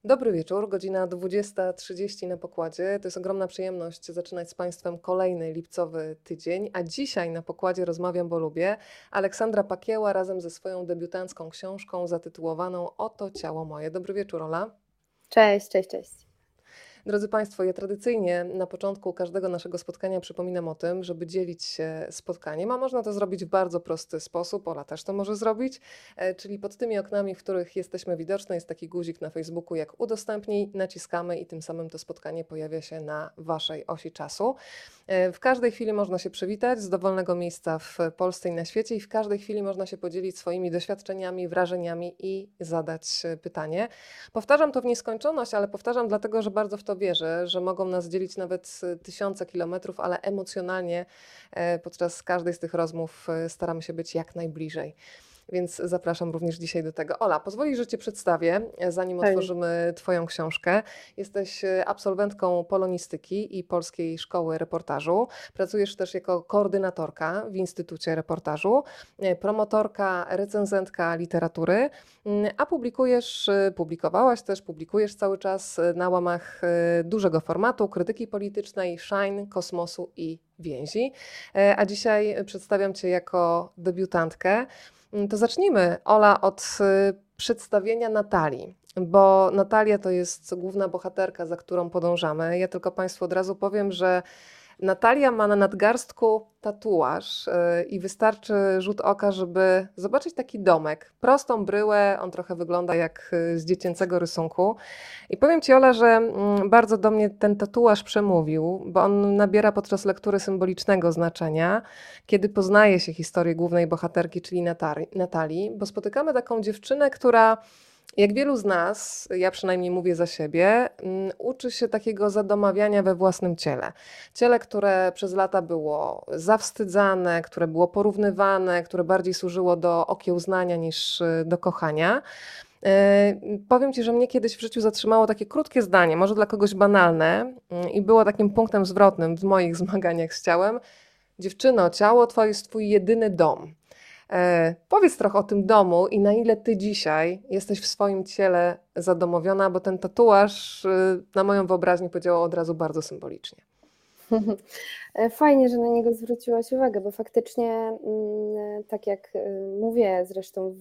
Dobry wieczór, godzina 20:30 na pokładzie. To jest ogromna przyjemność zaczynać z Państwem kolejny lipcowy tydzień, a dzisiaj na pokładzie Rozmawiam, bo lubię. Aleksandra Pakieła razem ze swoją debiutancką książką zatytułowaną Oto ciało moje. Dobry wieczór, Ola. Cześć, cześć, cześć. Drodzy Państwo, ja tradycyjnie na początku każdego naszego spotkania przypominam o tym, żeby dzielić się spotkaniem, a można to zrobić w bardzo prosty sposób. Ola też to może zrobić, czyli pod tymi oknami, w których jesteśmy widoczne, jest taki guzik na Facebooku jak udostępnij, naciskamy i tym samym to spotkanie pojawia się na Waszej osi czasu. W każdej chwili można się przywitać z dowolnego miejsca w Polsce i na świecie i w każdej chwili można się podzielić swoimi doświadczeniami, wrażeniami i zadać pytanie. Powtarzam to w nieskończoność, ale powtarzam dlatego, że bardzo w to wierzę, że mogą nas dzielić nawet tysiące kilometrów, ale emocjonalnie podczas każdej z tych rozmów staramy się być jak najbliżej. Więc zapraszam również dzisiaj do tego. Ola, pozwolisz, że Cię przedstawię, zanim Pewnie. otworzymy Twoją książkę. Jesteś absolwentką polonistyki i Polskiej Szkoły Reportażu. Pracujesz też jako koordynatorka w Instytucie Reportażu, promotorka, recenzentka literatury, a publikujesz cały czas na łamach dużego formatu, krytyki politycznej, Shine, Kosmosu i Więzi. A dzisiaj przedstawiam Cię jako debiutantkę. To zacznijmy, Ola, od przedstawienia Natalii, bo Natalia to jest główna bohaterka, za którą podążamy. Ja tylko Państwu od razu powiem, że Natalia ma na nadgarstku tatuaż i wystarczy rzut oka, żeby zobaczyć taki domek. Prostą bryłę, on trochę wygląda jak z dziecięcego rysunku. I powiem Ci, Ola, że bardzo do mnie ten tatuaż przemówił, bo on nabiera podczas lektury symbolicznego znaczenia, kiedy poznaje się historię głównej bohaterki, czyli Natalii, bo spotykamy taką dziewczynę, która jak wielu z nas, ja przynajmniej mówię za siebie, uczy się takiego zadomawiania we własnym ciele. Ciele, które przez lata było zawstydzane, które było porównywane, które bardziej służyło do okiełznania niż do kochania. Powiem Ci, że mnie kiedyś w życiu zatrzymało takie krótkie zdanie, może dla kogoś banalne, i było takim punktem zwrotnym w moich zmaganiach z ciałem. Dziewczyno, ciało Twoje jest Twój jedyny dom. Powiedz trochę o tym domu i na ile Ty dzisiaj jesteś w swoim ciele zadomowiona, bo ten tatuaż na moją wyobraźnię podziałał od razu bardzo symbolicznie. Fajnie, że na niego zwróciłaś uwagę, bo faktycznie, tak jak mówię zresztą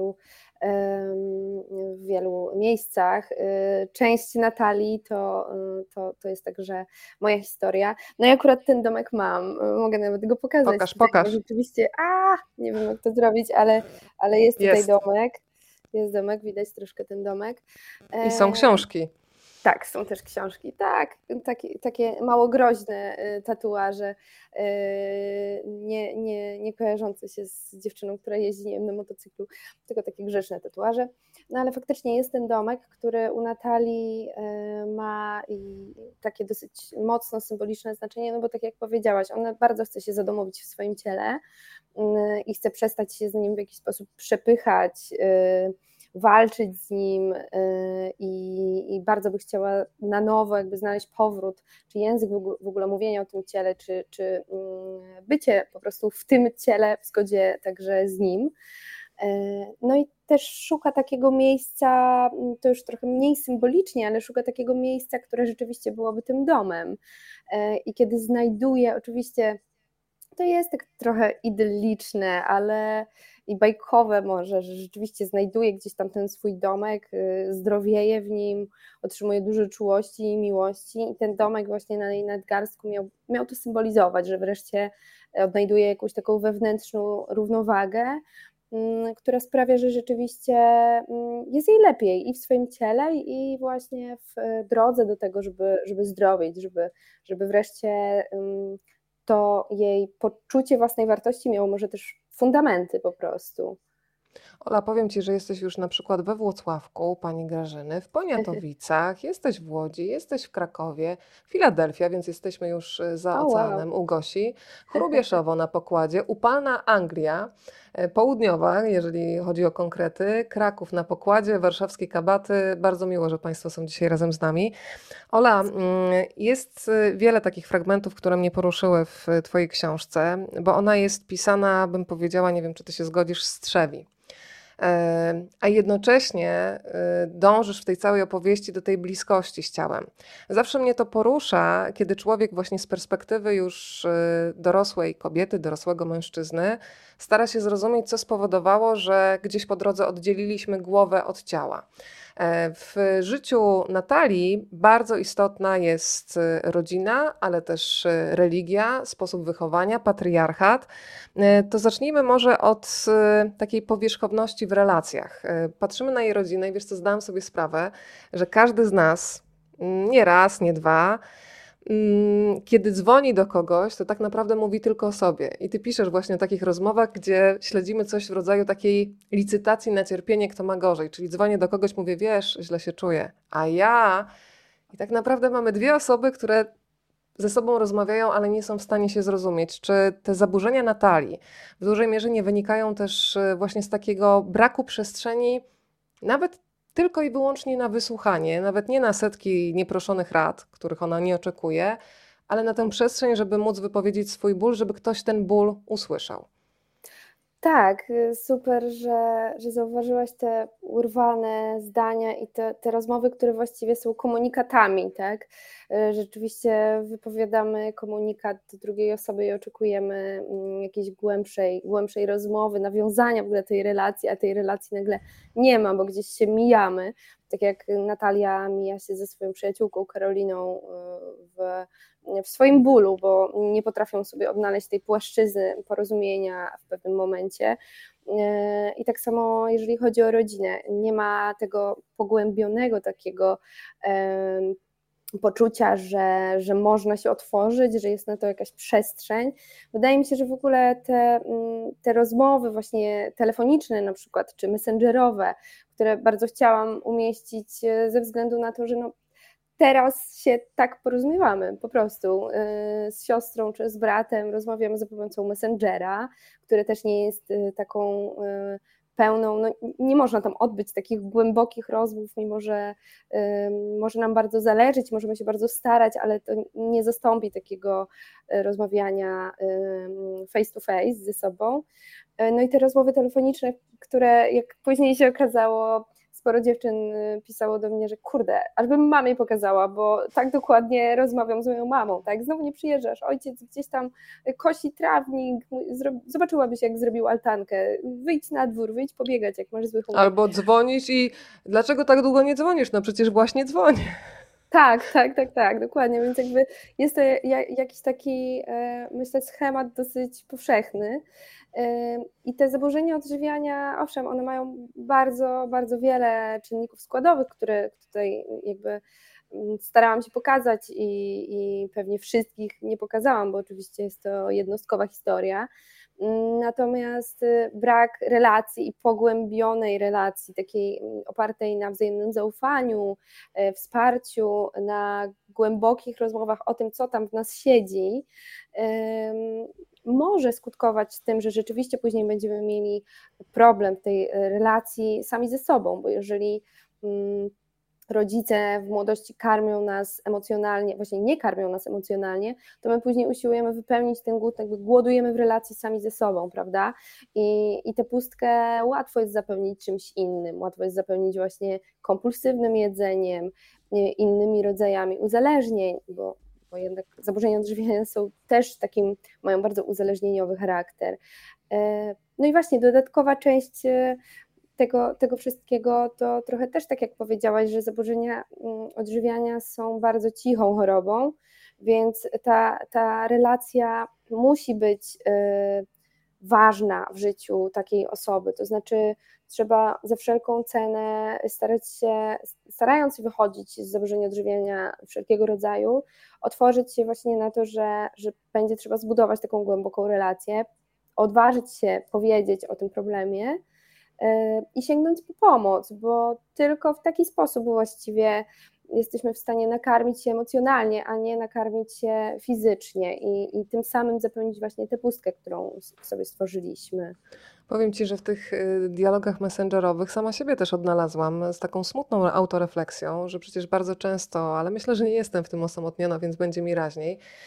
w wielu miejscach, część Natalii to jest także moja historia. No i akurat ten domek mam, mogę nawet go pokazać Pokaż, tutaj, bo pokaż. rzeczywiście, nie wiem jak to zrobić, ale jest tutaj Jest. domek, widać troszkę ten domek. I są książki. Tak, są też książki, tak, takie mało groźne tatuaże, nie kojarzące się z dziewczyną, która jeździ, nie wiem, na motocyklu, tylko takie grzeczne tatuaże. No ale faktycznie jest ten domek, który u Natalii ma i takie dosyć mocno symboliczne znaczenie, no bo tak jak powiedziałaś, ona bardzo chce się zadomowić w swoim ciele i chce przestać się z nim w jakiś sposób przepychać, walczyć z nim i bardzo by chciała na nowo jakby znaleźć powrót, czy język w ogóle mówienia o tym ciele, czy bycie po prostu w tym ciele w zgodzie także z nim. No i też szuka takiego miejsca, to już trochę mniej symbolicznie, ale szuka takiego miejsca, które rzeczywiście byłoby tym domem. I kiedy znajduje, oczywiście to jest tak trochę idylliczne, ale i bajkowe może, że rzeczywiście znajduje gdzieś tam ten swój domek, zdrowieje w nim, otrzymuje dużo czułości i miłości i ten domek właśnie na jej nadgarstku miał to symbolizować, że wreszcie odnajduje jakąś taką wewnętrzną równowagę, która sprawia, że rzeczywiście jest jej lepiej i w swoim ciele, i właśnie w drodze do tego, żeby zdrowieć, żeby wreszcie to jej poczucie własnej wartości miało może też fundamenty po prostu. Ola, powiem Ci, że jesteś już na przykład we Włocławku u pani Grażyny, w Poniatowicach, jesteś w Łodzi, jesteś w Krakowie, Filadelfia, więc jesteśmy już za O wow. oceanem u Gosi, Chrubieszowo na pokładzie, upalna Anglia, południowa, jeżeli chodzi o konkrety, Kraków na pokładzie, warszawskie Kabaty. Bardzo miło, że Państwo są dzisiaj razem z nami. Ola, jest wiele takich fragmentów, które mnie poruszyły w Twojej książce, bo ona jest pisana, bym powiedziała, nie wiem, czy Ty się zgodzisz, z trzewi. a jednocześnie dążysz w tej całej opowieści do tej bliskości z ciałem. Zawsze mnie to porusza, kiedy człowiek właśnie z perspektywy już dorosłej kobiety, dorosłego mężczyzny stara się zrozumieć, co spowodowało, że gdzieś po drodze oddzieliliśmy głowę od ciała. W życiu Natalii bardzo istotna jest rodzina, ale też religia, sposób wychowania, patriarchat. To zacznijmy może od takiej powierzchowności w relacjach. Patrzymy na jej rodzinę i wiesz co, zdałam sobie sprawę, że każdy z nas, nie raz, nie dwa, kiedy dzwoni do kogoś, to tak naprawdę mówi tylko o sobie. I ty piszesz właśnie o takich rozmowach, gdzie śledzimy coś w rodzaju takiej licytacji na cierpienie, kto ma gorzej. Czyli dzwonię do kogoś, mówię, wiesz, źle się czuję. A ja... I tak naprawdę mamy dwie osoby, które ze sobą rozmawiają, ale nie są w stanie się zrozumieć. Czy te zaburzenia Natalii w dużej mierze nie wynikają też właśnie z takiego braku przestrzeni, nawet tylko i wyłącznie na wysłuchanie, nawet nie na setki nieproszonych rad, których ona nie oczekuje, ale na tę przestrzeń, żeby móc wypowiedzieć swój ból, żeby ktoś ten ból usłyszał. Tak, super, że zauważyłaś te urwane zdania i te rozmowy, które właściwie są komunikatami, tak? Rzeczywiście wypowiadamy komunikat do drugiej osoby i oczekujemy jakiejś głębszej rozmowy, nawiązania w ogóle tej relacji, a tej relacji nagle nie ma, bo gdzieś się mijamy. Tak jak Natalia mija się ze swoją przyjaciółką Karoliną w swoim bólu, bo nie potrafią sobie odnaleźć tej płaszczyzny porozumienia w pewnym momencie. I tak samo jeżeli chodzi o rodzinę, nie ma tego pogłębionego takiego poczucia, że można się otworzyć, że jest na to jakaś przestrzeń. Wydaje mi się, że w ogóle te rozmowy właśnie telefoniczne na przykład, czy messengerowe, które bardzo chciałam umieścić ze względu na to, że teraz się tak porozumiewamy po prostu z siostrą czy z bratem, rozmawiamy za pomocą Messengera, który też nie jest taką pełną, nie można tam odbyć takich głębokich rozmów, mimo że może nam bardzo zależeć, możemy się bardzo starać, ale to nie zastąpi takiego rozmawiania face to face ze sobą. No i te rozmowy telefoniczne, które jak później się okazało, sporo dziewczyn pisało do mnie, że kurde, aż bym mamie pokazała, bo tak dokładnie rozmawiam z moją mamą, tak? Znowu nie przyjeżdżasz, ojciec gdzieś tam kosi trawnik, zobaczyłabyś jak zrobił altankę, wyjdź na dwór, wyjdź pobiegać jak masz zły humor. Albo dzwonisz i dlaczego tak długo nie dzwonisz? No przecież właśnie dzwonię. Tak, dokładnie, więc jakby jest to jakiś taki, myślę, schemat dosyć powszechny i te zaburzenia odżywiania, owszem, one mają bardzo, bardzo wiele czynników składowych, które tutaj jakby starałam się pokazać i pewnie wszystkich nie pokazałam, bo oczywiście jest to jednostkowa historia. Natomiast brak relacji i pogłębionej relacji, takiej opartej na wzajemnym zaufaniu, wsparciu, na głębokich rozmowach o tym, co tam w nas siedzi, może skutkować tym, że rzeczywiście później będziemy mieli problem w tej relacji sami ze sobą, bo jeżeli rodzice w młodości karmią nas emocjonalnie, właśnie nie karmią nas emocjonalnie, to my później usiłujemy wypełnić ten głód, jakby głodujemy w relacji sami ze sobą, prawda? I tę pustkę łatwo jest zapełnić czymś innym, łatwo jest zapełnić właśnie kompulsywnym jedzeniem, innymi rodzajami uzależnień, bo jednak zaburzenia odżywiania są też takim, mają bardzo uzależnieniowy charakter. No i właśnie dodatkowa część tego wszystkiego to trochę też tak jak powiedziałaś, że zaburzenia odżywiania są bardzo cichą chorobą, więc ta relacja musi być ważna w życiu takiej osoby, to znaczy trzeba za wszelką cenę starając się wychodzić z zaburzeń odżywiania wszelkiego rodzaju, otworzyć się właśnie na to, że będzie trzeba zbudować taką głęboką relację, odważyć się powiedzieć o tym problemie i sięgnąć po pomoc, bo tylko w taki sposób właściwie jesteśmy w stanie nakarmić się emocjonalnie, a nie nakarmić się fizycznie i tym samym zapełnić właśnie tę pustkę, którą sobie stworzyliśmy. Powiem Ci, że w tych dialogach messengerowych sama siebie też odnalazłam z taką smutną autorefleksją, że przecież bardzo często, ale myślę, że nie jestem w tym osamotniona, więc będzie mi raźniej.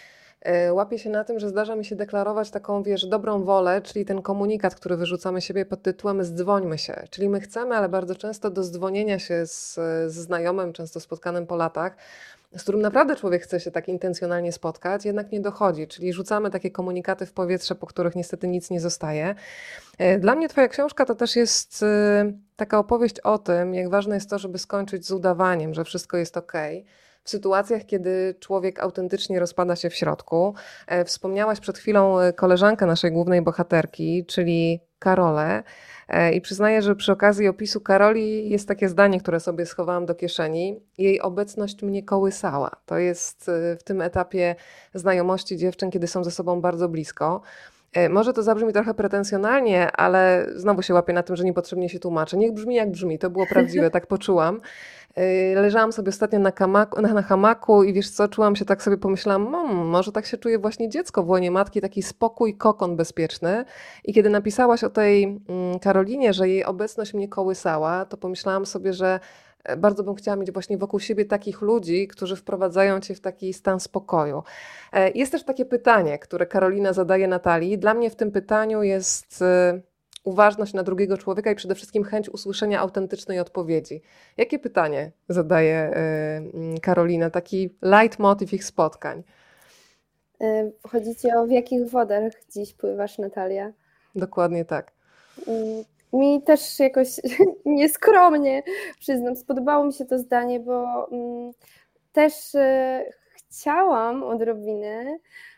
Łapię się na tym, że zdarza mi się deklarować taką, wiesz, dobrą wolę, czyli ten komunikat, który wyrzucamy siebie pod tytułem zdzwońmy się. Czyli my chcemy, ale bardzo często do zdzwonienia się z znajomym, często spotkanym po latach, z którym naprawdę człowiek chce się tak intencjonalnie spotkać, jednak nie dochodzi. Czyli rzucamy takie komunikaty w powietrze, po których niestety nic nie zostaje. Dla mnie twoja książka to też jest taka opowieść o tym, jak ważne jest to, żeby skończyć z udawaniem, że wszystko jest okej. W sytuacjach, kiedy człowiek autentycznie rozpada się w środku. Wspomniałaś przed chwilą koleżankę naszej głównej bohaterki, czyli Karolę. I przyznaję, że przy okazji opisu Karoli jest takie zdanie, które sobie schowałam do kieszeni. Jej obecność mnie kołysała. To jest w tym etapie znajomości dziewczyn, kiedy są ze sobą bardzo blisko. Może to zabrzmi trochę pretensjonalnie, ale znowu się łapię na tym, że niepotrzebnie się tłumaczę. Niech brzmi jak brzmi, to było prawdziwe, tak poczułam. Leżałam sobie ostatnio na hamaku i wiesz co, czułam się tak sobie, pomyślałam, może tak się czuje właśnie dziecko w łonie matki, taki spokój, kokon bezpieczny. I kiedy napisałaś o tej Karolinie, że jej obecność mnie kołysała, to pomyślałam sobie, że bardzo bym chciała mieć właśnie wokół siebie takich ludzi, którzy wprowadzają cię w taki stan spokoju. Jest też takie pytanie, które Karolina zadaje Natalii. Dla mnie w tym pytaniu jest uważność na drugiego człowieka i przede wszystkim chęć usłyszenia autentycznej odpowiedzi. Jakie pytanie zadaje Karolina, taki leitmotiv ich spotkań? Chodzi ci o w jakich wodach dziś pływasz, Natalia? Dokładnie tak. Mi też jakoś nieskromnie, przyznam, spodobało mi się to zdanie, bo też chciałam odrobiny,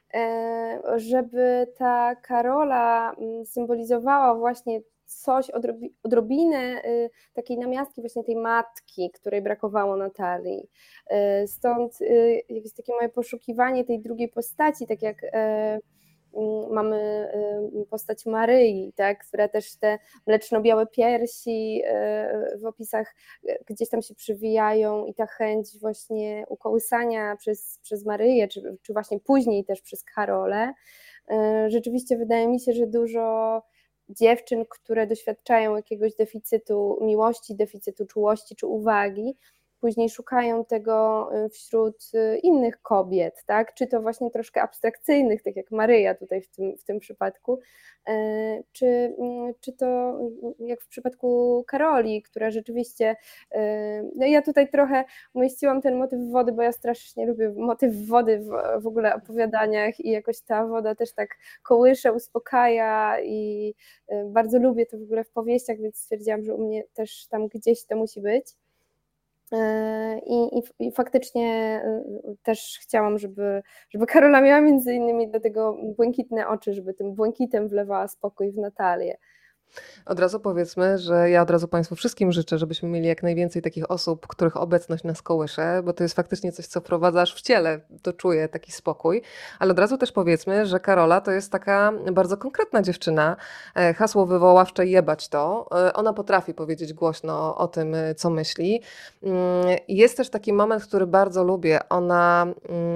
żeby ta Karola symbolizowała właśnie coś, odrobinę takiej namiastki właśnie tej matki, której brakowało Natalii. Stąd jakieś takie moje poszukiwanie tej drugiej postaci, tak jak mamy postać Maryi, tak, która też te mleczno-białe piersi w opisach gdzieś tam się przywijają i ta chęć właśnie ukołysania przez Maryję, czy właśnie później też przez Karolę. Rzeczywiście wydaje mi się, że dużo dziewczyn, które doświadczają jakiegoś deficytu miłości, deficytu czułości czy uwagi, później szukają tego wśród innych kobiet, tak? Czy to właśnie troszkę abstrakcyjnych, tak jak Maryja tutaj w tym przypadku, czy to jak w przypadku Karoli, która rzeczywiście, no ja tutaj trochę umieściłam ten motyw wody, bo ja strasznie lubię motyw wody w ogóle opowiadaniach i jakoś ta woda też tak kołysze, uspokaja i bardzo lubię to w ogóle w powieściach, więc stwierdziłam, że u mnie też tam gdzieś to musi być. I faktycznie też chciałam, żeby Karola miała między innymi do tego błękitne oczy, żeby tym błękitem wlewała spokój w Natalię. Od razu powiedzmy, że ja od razu Państwu wszystkim życzę, żebyśmy mieli jak najwięcej takich osób, których obecność nas kołysze, bo to jest faktycznie coś, co wprowadza aż w ciele, to czuję taki spokój. Ale od razu też powiedzmy, że Karola to jest taka bardzo konkretna dziewczyna. Hasło wywoławcze jebać to. Ona potrafi powiedzieć głośno o tym, co myśli. Jest też taki moment, który bardzo lubię. Ona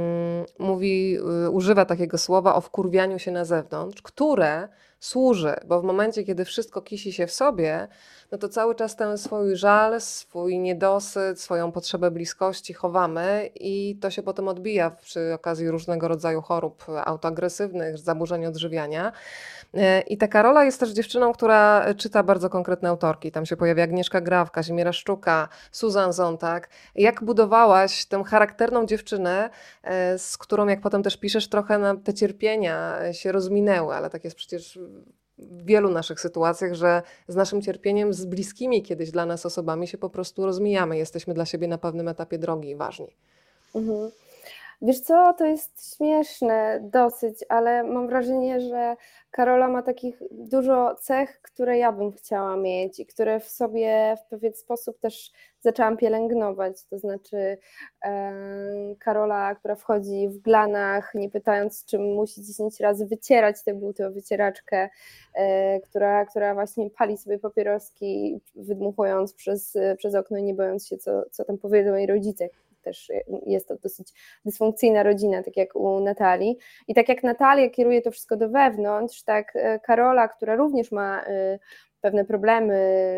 używa takiego słowa o wkurwianiu się na zewnątrz, które służy, bo w momencie, kiedy wszystko kisi się w sobie, no to cały czas ten swój żal, swój niedosyt, swoją potrzebę bliskości chowamy i to się potem odbija przy okazji różnego rodzaju chorób autoagresywnych, zaburzeń odżywiania. I ta Karola jest też dziewczyną, która czyta bardzo konkretne autorki. Tam się pojawia Agnieszka Graf, Kazimierza Szczuka, Susan Sontag. Jak budowałaś tę charakterną dziewczynę, z którą, jak potem też piszesz, trochę nam te cierpienia się rozminęły, ale tak jest przecież w wielu naszych sytuacjach, że z naszym cierpieniem, z bliskimi kiedyś dla nas osobami się po prostu rozmijamy. Jesteśmy dla siebie na pewnym etapie drogi i ważni. Mhm. Wiesz co, to jest śmieszne dosyć, ale mam wrażenie, że Karola ma takich dużo cech, które ja bym chciała mieć i które w sobie w pewien sposób też zaczęłam pielęgnować. To znaczy Karola, która wchodzi w glanach, nie pytając, czy musi 10 razy wycierać te buty o wycieraczkę, która właśnie pali sobie papieroski, wydmuchując przez okno i nie bojąc się, co tam powiedzą jej rodzice. Też jest to dosyć dysfunkcyjna rodzina, tak jak u Natalii. I tak jak Natalia kieruje to wszystko do wewnątrz, tak Karola, która również ma pewne problemy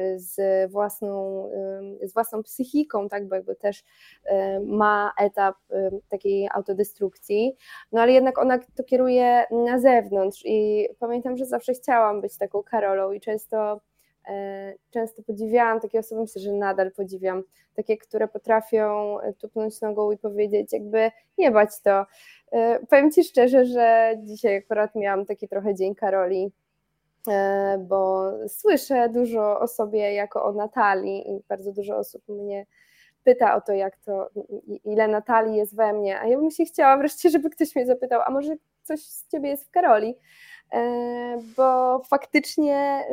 z własną psychiką, tak, bo jakby też ma etap takiej autodestrukcji, no ale jednak ona to kieruje na zewnątrz i pamiętam, że zawsze chciałam być taką Karolą i często podziwiałam takie osoby, myślę, że nadal podziwiam, takie, które potrafią tupnąć nogą i powiedzieć jakby jebać to. Powiem Ci szczerze, że dzisiaj akurat miałam taki trochę dzień Karoli, bo słyszę dużo o sobie jako o Natalii i bardzo dużo osób mnie pyta o to, ile Natalii jest we mnie, a ja bym się chciała wreszcie, żeby ktoś mnie zapytał, a może coś z Ciebie jest w Karoli, bo faktycznie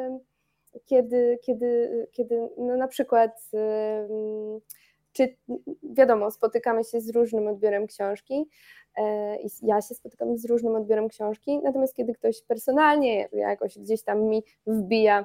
kiedy no na przykład czy wiadomo, spotykamy się z różnym odbiorem książki i ja się spotykam z różnym odbiorem książki, natomiast kiedy ktoś personalnie jakoś gdzieś tam mi wbija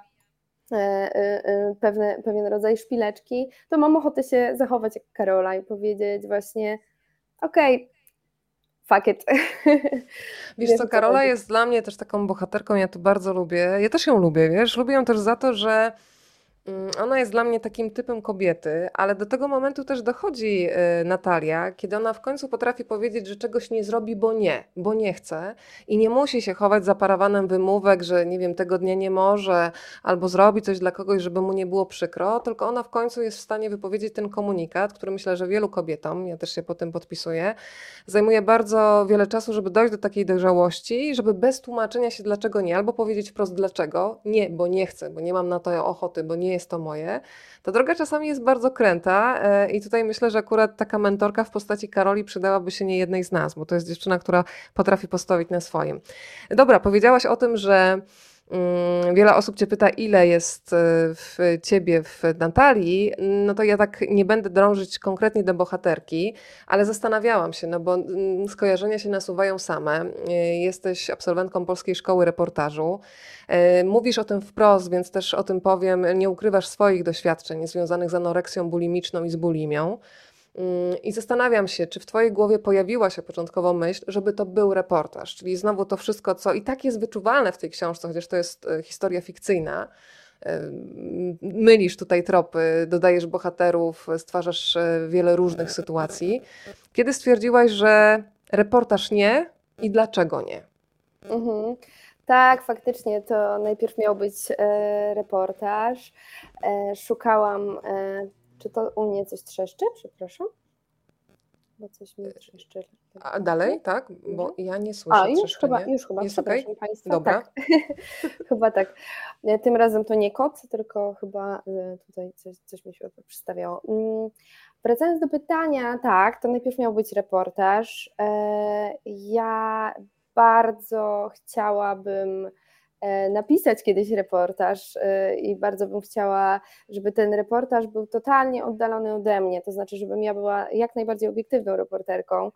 pewien rodzaj szpileczki, to mam ochotę się zachować jak Karola i powiedzieć właśnie okej, fuck it. Wiesz co, Karola jest dla mnie też taką bohaterką, ja to bardzo lubię. Ja też ją lubię, wiesz? Lubię ją też za to, że ona jest dla mnie takim typem kobiety, ale do tego momentu też dochodzi Natalia, kiedy ona w końcu potrafi powiedzieć, że czegoś nie zrobi, bo nie chce i nie musi się chować za parawanem wymówek, że nie wiem, tego dnia nie może albo zrobi coś dla kogoś, żeby mu nie było przykro, tylko ona w końcu jest w stanie wypowiedzieć ten komunikat, który myślę, że wielu kobietom, ja też się po tym podpisuję, zajmuje bardzo wiele czasu, żeby dojść do takiej dojrzałości, żeby bez tłumaczenia się dlaczego nie, albo powiedzieć wprost dlaczego, nie, bo nie chcę, bo nie mam na to ochoty, bo nie jest to moje, ta droga czasami jest bardzo kręta i tutaj myślę, że akurat taka mentorka w postaci Karoli przydałaby się nie jednej z nas, bo to jest dziewczyna, która potrafi postawić na swoim. Dobra, powiedziałaś o tym, że wiele osób Cię pyta, ile jest w Ciebie, w Natalii, no to ja tak nie będę drążyć konkretnie do bohaterki, ale zastanawiałam się, no bo skojarzenia się nasuwają same. Jesteś absolwentką Polskiej Szkoły Reportażu. Mówisz o tym wprost, więc też o tym powiem, nie ukrywasz swoich doświadczeń związanych z anoreksją bulimiczną i z bulimią. I zastanawiam się, czy w Twojej głowie pojawiła się początkowo myśl, żeby to był reportaż, czyli znowu to wszystko, co i tak jest wyczuwalne w tej książce, chociaż to jest historia fikcyjna. Mylisz tutaj tropy, dodajesz bohaterów, stwarzasz wiele różnych sytuacji. Kiedy stwierdziłaś, że reportaż nie i dlaczego nie? Mhm. Tak, faktycznie to najpierw miał być reportaż. Szukałam, czy to u mnie coś trzeszczy? Przepraszam. Bo coś mi trzeszczy. A dalej, tak? Bo ja nie słyszę trzeszczenia. Już chyba, jest przepraszam okej? Państwa. Dobra. Tak. Chyba tak. Tym razem to nie kot, tylko chyba tutaj coś mi się przedstawiało. Wracając do pytania, tak, to najpierw miał być reportaż. Ja bardzo chciałabym napisać kiedyś reportaż i bardzo bym chciała, żeby ten reportaż był totalnie oddalony ode mnie, to znaczy, żebym ja była jak najbardziej obiektywną reporterką,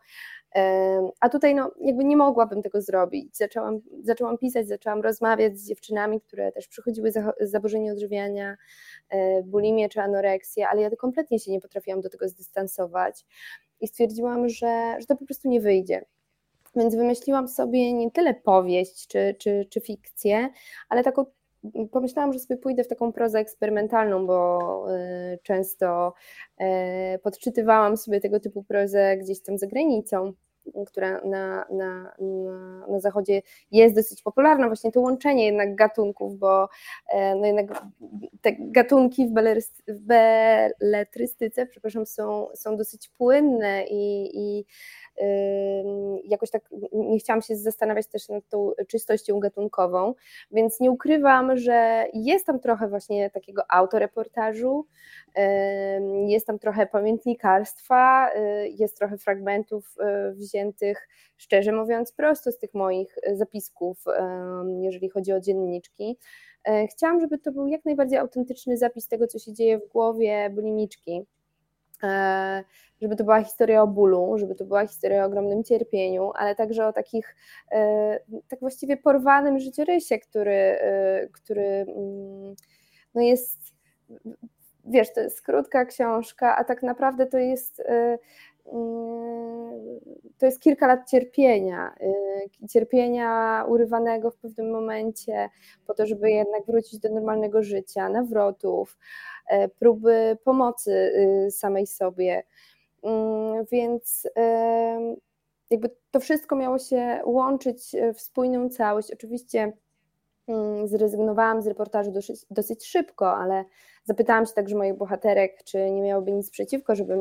a tutaj no, jakby nie mogłabym tego zrobić. Zaczęłam pisać, zaczęłam rozmawiać z dziewczynami, które też przychodziły z zaburzeń odżywiania, bulimię czy anoreksję, ale ja kompletnie się nie potrafiłam do tego zdystansować i stwierdziłam, że to po prostu nie wyjdzie. Więc wymyśliłam sobie nie tyle powieść czy fikcję, ale taką, pomyślałam, że sobie pójdę w taką prozę eksperymentalną, bo często podczytywałam sobie tego typu prozę gdzieś tam za granicą, która na zachodzie jest dosyć popularna, właśnie to łączenie jednak gatunków, bo no jednak te gatunki w beletrystyce, przepraszam, są dosyć płynne i jakoś tak nie chciałam się zastanawiać też nad tą czystością gatunkową, więc nie ukrywam, że jest tam trochę właśnie takiego autoreportażu, jest tam trochę pamiętnikarstwa, jest trochę fragmentów wziętych, szczerze mówiąc, prosto z tych moich zapisków, jeżeli chodzi o dzienniczki. Chciałam, żeby to był jak najbardziej autentyczny zapis tego, co się dzieje w głowie bulimiczki, żeby to była historia o bólu, żeby to była historia o ogromnym cierpieniu, ale także o takich, tak właściwie porwanym życiorysie, który no jest wiesz, to jest krótka książka, a tak naprawdę to jest kilka lat cierpienia urywanego w pewnym momencie po to, żeby jednak wrócić do normalnego życia, nawrotów, próby pomocy samej sobie. Więc jakby to wszystko miało się łączyć w spójną całość. Oczywiście zrezygnowałam z reportażu dosyć szybko, ale zapytałam się także moich bohaterek, czy nie miałoby nic przeciwko, żebym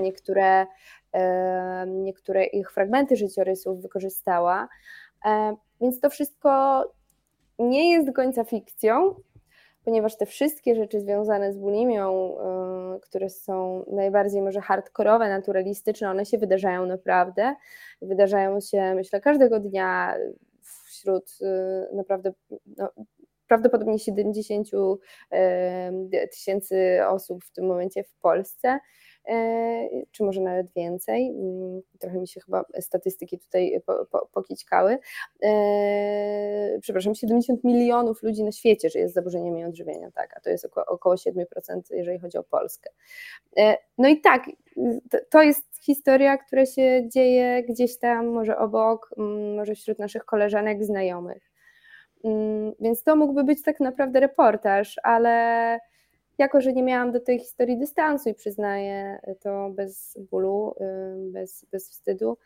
niektóre ich fragmenty życiorysów wykorzystała. Więc to wszystko nie jest do końca fikcją, ponieważ te wszystkie rzeczy związane z bulimią, które są najbardziej może hardkorowe, naturalistyczne, one się wydarzają naprawdę. Wydarzają się, myślę, każdego dnia wśród naprawdę prawdopodobnie 70 tysięcy osób w tym momencie w Polsce, czy może nawet więcej. Trochę mi się chyba statystyki tutaj pokićkały. Przepraszam, 70 milionów ludzi na świecie żyje z zaburzeniami odżywiania, tak, a to jest około 7%, jeżeli chodzi o Polskę. No i tak, to jest historia, która się dzieje gdzieś tam, może obok, może wśród naszych koleżanek, znajomych. Więc to mógłby być tak naprawdę reportaż, ale jako że nie miałam do tej historii dystansu i przyznaję to bez bólu, bez wstydu,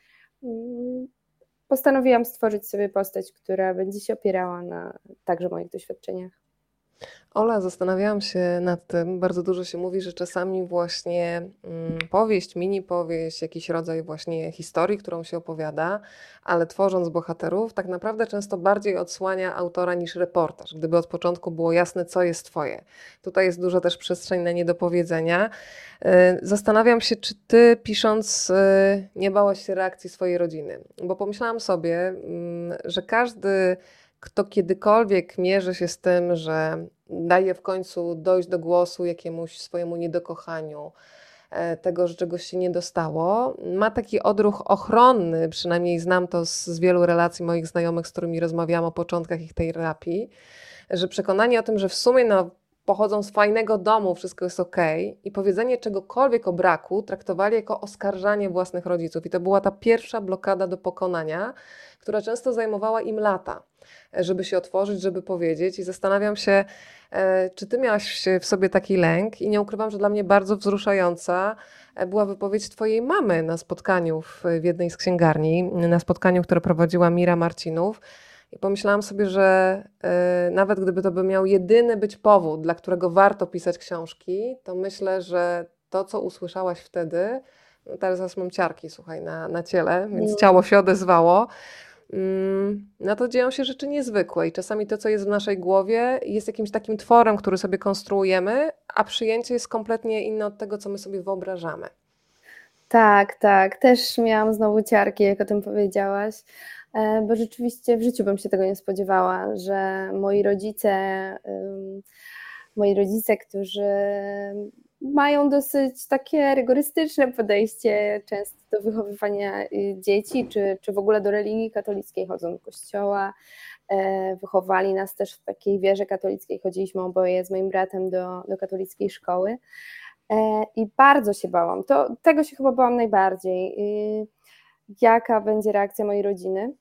postanowiłam stworzyć sobie postać, która będzie się opierała na także moich doświadczeniach. Ola, zastanawiałam się nad tym, bardzo dużo się mówi, że czasami właśnie powieść, mini powieść, jakiś rodzaj właśnie historii, którą się opowiada, ale tworząc bohaterów, tak naprawdę często bardziej odsłania autora niż reportaż, gdyby od początku było jasne, co jest twoje. Tutaj jest duża też przestrzeń na niedopowiedzenia. Zastanawiam się, czy ty pisząc nie bałaś się reakcji swojej rodziny, bo pomyślałam sobie, że każdy, kto kiedykolwiek mierzy się z tym, że daje w końcu dojść do głosu jakiemuś swojemu niedokochaniu, tego, że czegoś się nie dostało, ma taki odruch ochronny, przynajmniej znam to z wielu relacji moich znajomych, z którymi rozmawiałam o początkach ich tej terapii, że przekonanie o tym, że w sumie pochodzą z fajnego domu, wszystko jest okej, i powiedzenie czegokolwiek o braku traktowali jako oskarżanie własnych rodziców. I to była ta pierwsza blokada do pokonania, która często zajmowała im lata, żeby się otworzyć, żeby powiedzieć. I zastanawiam się, czy ty miałaś w sobie taki lęk, i nie ukrywam, że dla mnie bardzo wzruszająca była wypowiedź twojej mamy na spotkaniu w jednej z księgarni, na spotkaniu, które prowadziła Mira Marcinów. I pomyślałam sobie, że nawet gdyby to by miał jedyny być powód, dla którego warto pisać książki, to myślę, że to, co usłyszałaś wtedy, no teraz mam ciarki, słuchaj, na ciele, więc ciało się odezwało. No to dzieją się rzeczy niezwykłe i czasami to, co jest w naszej głowie, jest jakimś takim tworem, który sobie konstruujemy, a przyjęcie jest kompletnie inne od tego, co my sobie wyobrażamy. Tak, tak. Też miałam znowu ciarki, jak o tym powiedziałaś, bo rzeczywiście w życiu bym się tego nie spodziewała, że moi rodzice, którzy mają dosyć takie rygorystyczne podejście często do wychowywania dzieci, czy w ogóle do religii katolickiej, chodzą do kościoła, wychowali nas też w takiej wierze katolickiej, chodziliśmy oboje z moim bratem do katolickiej szkoły i bardzo się bałam, tego się chyba bałam najbardziej, jaka będzie reakcja mojej rodziny.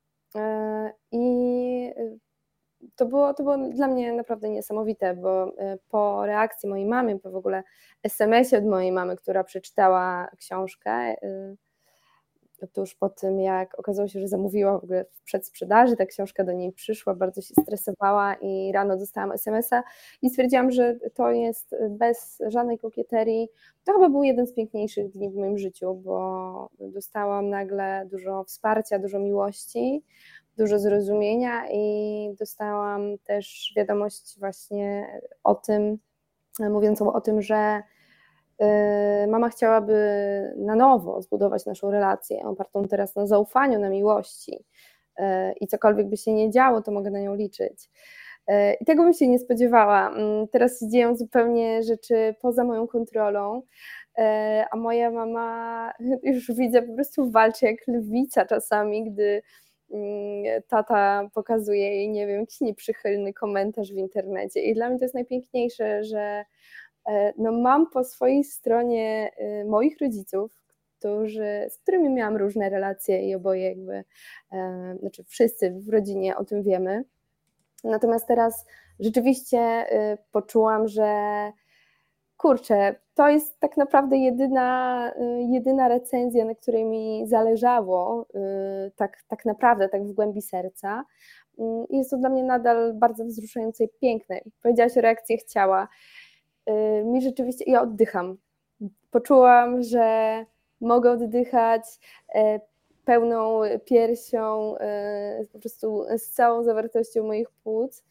I to było dla mnie naprawdę niesamowite, bo po reakcji mojej mamy, po w ogóle SMS-ie od mojej mamy, która przeczytała książkę, tuż po tym, jak okazało się, że zamówiła w ogóle w przedsprzedaży, ta książka do niej przyszła, bardzo się stresowała i rano dostałam SMS-a i stwierdziłam, że to jest bez żadnej kokieterii. To chyba był jeden z piękniejszych dni w moim życiu, bo dostałam nagle dużo wsparcia, dużo miłości, dużo zrozumienia i dostałam też wiadomość właśnie mówiącą o tym, że mama chciałaby na nowo zbudować naszą relację, opartą teraz na zaufaniu, na miłości i cokolwiek by się nie działo, to mogę na nią liczyć. I tego bym się nie spodziewała. Teraz się dzieją zupełnie rzeczy poza moją kontrolą, a moja mama, już widzę, po prostu walczy jak lwica czasami, gdy tata pokazuje jej, nie wiem, jakiś nieprzychylny komentarz w internecie. I dla mnie to jest najpiękniejsze, że No mam po swojej stronie moich rodziców, z którymi miałam różne relacje i oboje jakby, znaczy wszyscy w rodzinie o tym wiemy. Natomiast teraz rzeczywiście poczułam, że kurczę, to jest tak naprawdę jedyna recenzja, na której mi zależało, tak naprawdę, tak w głębi serca. Jest to dla mnie nadal bardzo wzruszające i piękne. Powiedziałaś o reakcjach ciała. Mi rzeczywiście, ja oddycham. Poczułam, że mogę oddychać pełną piersią, po prostu z całą zawartością moich płuc.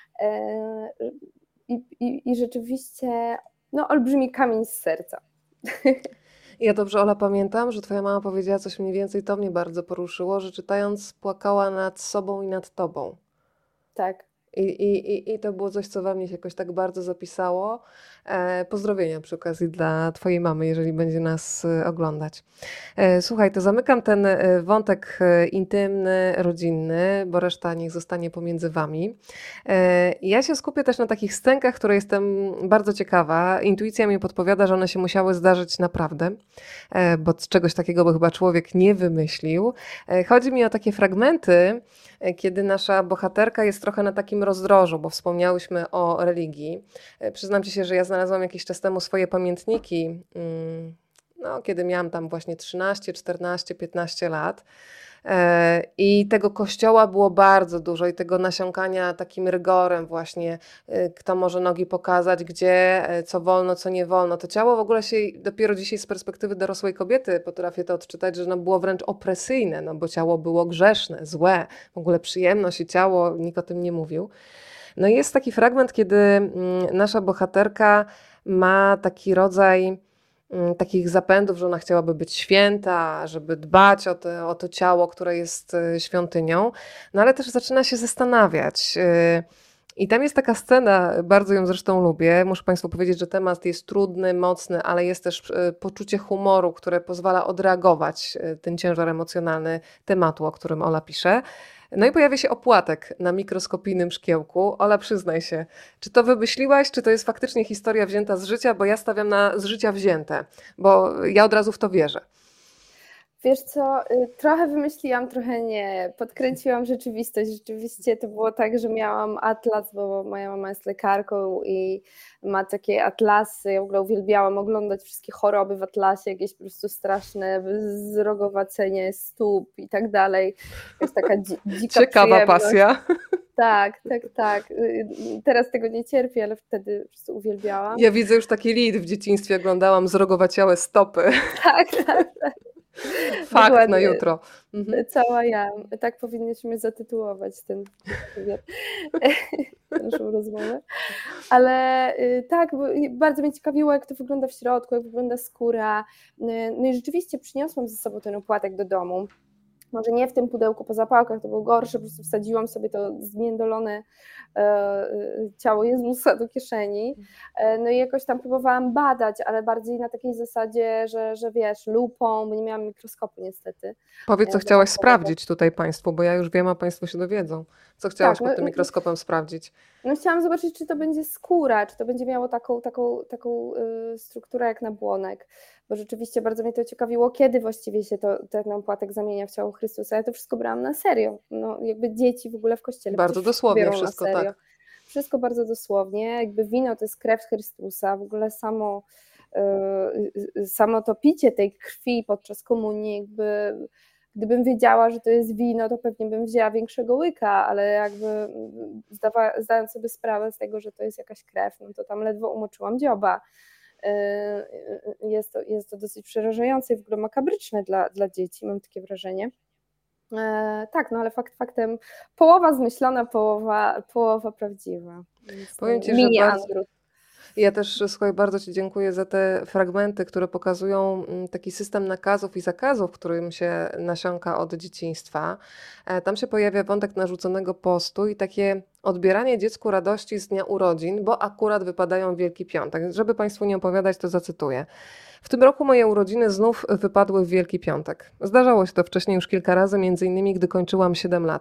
I rzeczywiście olbrzymi kamień z serca. Ja dobrze, Ola, pamiętam, że twoja mama powiedziała coś mniej więcej, to mnie bardzo poruszyło, że czytając płakała nad sobą i nad tobą. Tak. I to było coś, co we mnie się jakoś tak bardzo zapisało. Pozdrowienia przy okazji dla twojej mamy, jeżeli będzie nas oglądać. Słuchaj, to zamykam ten wątek intymny, rodzinny, bo reszta niech zostanie pomiędzy wami. Ja się skupię też na takich scenkach, które jestem bardzo ciekawa. Intuicja mi podpowiada, że one się musiały zdarzyć naprawdę, bo czegoś takiego by chyba człowiek nie wymyślił. Chodzi mi o takie fragmenty, kiedy nasza bohaterka jest trochę na takim rozdrożu, bo wspomniałyśmy o religii. Przyznam ci się, że ja znalazłam jakiś czas temu swoje pamiętniki, kiedy miałam tam właśnie 13, 14, 15 lat. I tego kościoła było bardzo dużo i tego nasiąkania takim rygorem właśnie, kto może nogi pokazać, gdzie, co wolno, co nie wolno. To ciało w ogóle się dopiero dzisiaj z perspektywy dorosłej kobiety potrafię to odczytać, że było wręcz opresyjne, bo ciało było grzeszne, złe, w ogóle przyjemność i ciało, nikt o tym nie mówił. No i jest taki fragment, kiedy nasza bohaterka ma taki rodzaj takich zapędów, że ona chciałaby być święta, żeby dbać o to ciało, które jest świątynią, no ale też zaczyna się zastanawiać. I tam jest taka scena, bardzo ją zresztą lubię. Muszę Państwu powiedzieć, że temat jest trudny, mocny, ale jest też poczucie humoru, które pozwala odreagować ten ciężar emocjonalny tematu, o którym Ola pisze. No i pojawia się opłatek na mikroskopijnym szkiełku. Ola, przyznaj się, czy to wymyśliłaś, czy to jest faktycznie historia wzięta z życia, bo ja stawiam na z życia wzięte, bo ja od razu w to wierzę. Wiesz co, trochę wymyśliłam, trochę nie. Podkręciłam rzeczywistość. Rzeczywiście to było tak, że miałam atlas, bo moja mama jest lekarką i ma takie atlasy. Ja w ogóle uwielbiałam oglądać wszystkie choroby w atlasie, jakieś po prostu straszne zrogowacenie stóp i tak dalej. Jest taka dzika Ciekawa pasja. Tak. Teraz tego nie cierpię, ale wtedy po prostu uwielbiałam. Ja widzę już taki lead w dzieciństwie, oglądałam zrogowaciałe stopy. Tak. Fakt dokładnie. Na jutro. Cała ja. Tak powinniśmy zatytułować ten wywiad, naszą rozmowę. Ale tak, bardzo mnie ciekawiło, jak to wygląda w środku, jak wygląda skóra. No i rzeczywiście przyniosłam ze sobą ten opłatek do domu. Może nie w tym pudełku po zapałkach, to było gorsze, po prostu wsadziłam sobie to zmiędolone ciało Jezusa do kieszeni. No i jakoś tam próbowałam badać, ale bardziej na takiej zasadzie, że wiesz, lupą, bo nie miałam mikroskopu niestety. Powiedz, co chciałaś sprawdzić tutaj Państwu, bo ja już wiem, a Państwo się dowiedzą. Co chciałaś pod tym mikroskopem sprawdzić? No chciałam zobaczyć, czy to będzie skóra, czy to będzie miało taką strukturę jak nabłonek, bo rzeczywiście bardzo mnie to ciekawiło, kiedy właściwie się ten opłatek zamienia w ciało Chrystusa. Ja to wszystko brałam na serio. No, jakby dzieci w ogóle w kościele. Bardzo dosłownie wszystko, tak. Wszystko bardzo dosłownie. Jakby wino to jest krew Chrystusa, w ogóle samo to picie tej krwi podczas komunii, jakby gdybym wiedziała, że to jest wino, to pewnie bym wzięła większego łyka, ale jakby zdając sobie sprawę z tego, że to jest jakaś krew, no to tam ledwo umoczyłam dzioba. Jest to dosyć przerażające i w ogóle makabryczne dla dzieci, mam takie wrażenie. Tak, no ale faktem połowa zmyślona, połowa prawdziwa. Powiem Ci, że ja też, słuchaj, bardzo Ci dziękuję za te fragmenty, które pokazują taki system nakazów i zakazów, którym się nasiąka od dzieciństwa. Tam się pojawia wątek narzuconego postu i takie odbieranie dziecku radości z dnia urodzin, bo akurat wypadają w Wielki Piątek. Żeby Państwu nie opowiadać, to zacytuję. W tym roku moje urodziny znów wypadły w Wielki Piątek. Zdarzało się to wcześniej już kilka razy, między innymi gdy kończyłam 7 lat.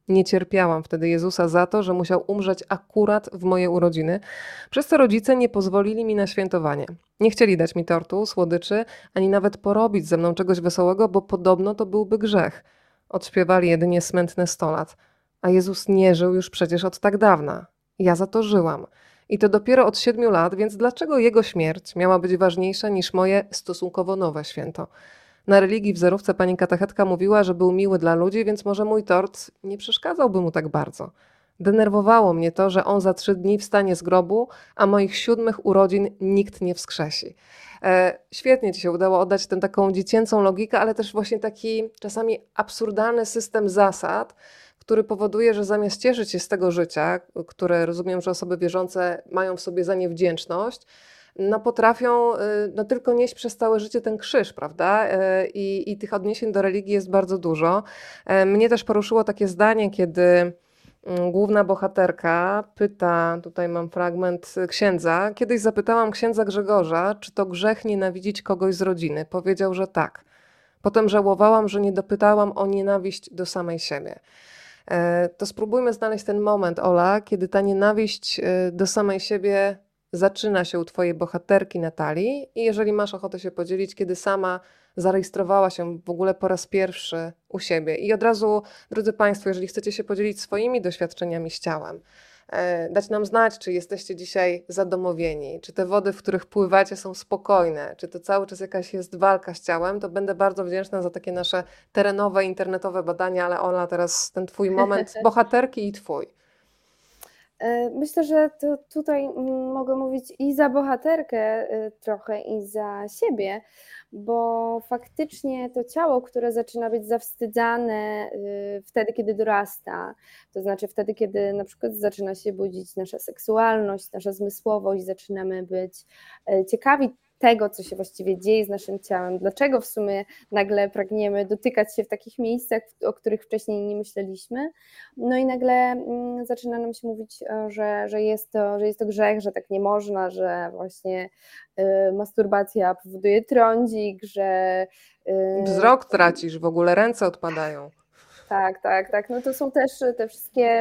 Nie cierpiałam wtedy Jezusa za to, że musiał umrzeć akurat w moje urodziny, przez co rodzice nie pozwolili mi na świętowanie. Nie chcieli dać mi tortu, słodyczy, ani nawet porobić ze mną czegoś wesołego, bo podobno to byłby grzech. Odśpiewali jedynie smętne 100 lat. A Jezus nie żył już przecież od tak dawna. Ja za to żyłam. I to dopiero od 7 lat, więc dlaczego jego śmierć miała być ważniejsza niż moje stosunkowo nowe święto? Na religii w zerówce pani katechetka mówiła, że był miły dla ludzi, więc może mój tort nie przeszkadzałby mu tak bardzo. Denerwowało mnie to, że on za 3 dni wstanie z grobu, a moich 7 urodzin nikt nie wskrzesi. Świetnie ci się udało oddać tę taką dziecięcą logikę, ale też właśnie taki czasami absurdalny system zasad, który powoduje, że zamiast cieszyć się z tego życia, które rozumiem, że osoby wierzące mają w sobie za nie wdzięczność, no potrafią no tylko nieść przez całe życie ten krzyż, prawda? I tych odniesień do religii jest bardzo dużo. Mnie też poruszyło takie zdanie, kiedy główna bohaterka pyta, tutaj mam fragment księdza, kiedyś zapytałam księdza Grzegorza, czy to grzech nienawidzić kogoś z rodziny. Powiedział, że tak. Potem żałowałam, że nie dopytałam o nienawiść do samej siebie. To spróbujmy znaleźć ten moment, Ola, kiedy ta nienawiść do samej siebie zaczyna się u twojej bohaterki Natalii i jeżeli masz ochotę się podzielić, kiedy sama zarejestrowała się w ogóle po raz pierwszy u siebie. I od razu, drodzy Państwo, jeżeli chcecie się podzielić swoimi doświadczeniami z ciałem, dać nam znać, czy jesteście dzisiaj zadomowieni, czy te wody, w których pływacie, są spokojne, czy to cały czas jakaś jest walka z ciałem, to będę bardzo wdzięczna za takie nasze terenowe, internetowe badania, ale Ola, teraz ten twój moment bohaterki i twój. Myślę, że to tutaj mogę mówić i za bohaterkę trochę, i za siebie, bo faktycznie to ciało, które zaczyna być zawstydzane wtedy, kiedy dorasta, to znaczy wtedy, kiedy na przykład zaczyna się budzić nasza seksualność, nasza zmysłowość, zaczynamy być ciekawi tego, co się właściwie dzieje z naszym ciałem, dlaczego w sumie nagle pragniemy dotykać się w takich miejscach, o których wcześniej nie myśleliśmy. No i nagle zaczyna nam się mówić, że jest to grzech, że tak nie można, że właśnie masturbacja powoduje trądzik, że... Wzrok tracisz, w ogóle ręce odpadają. Tak. No to są też te wszystkie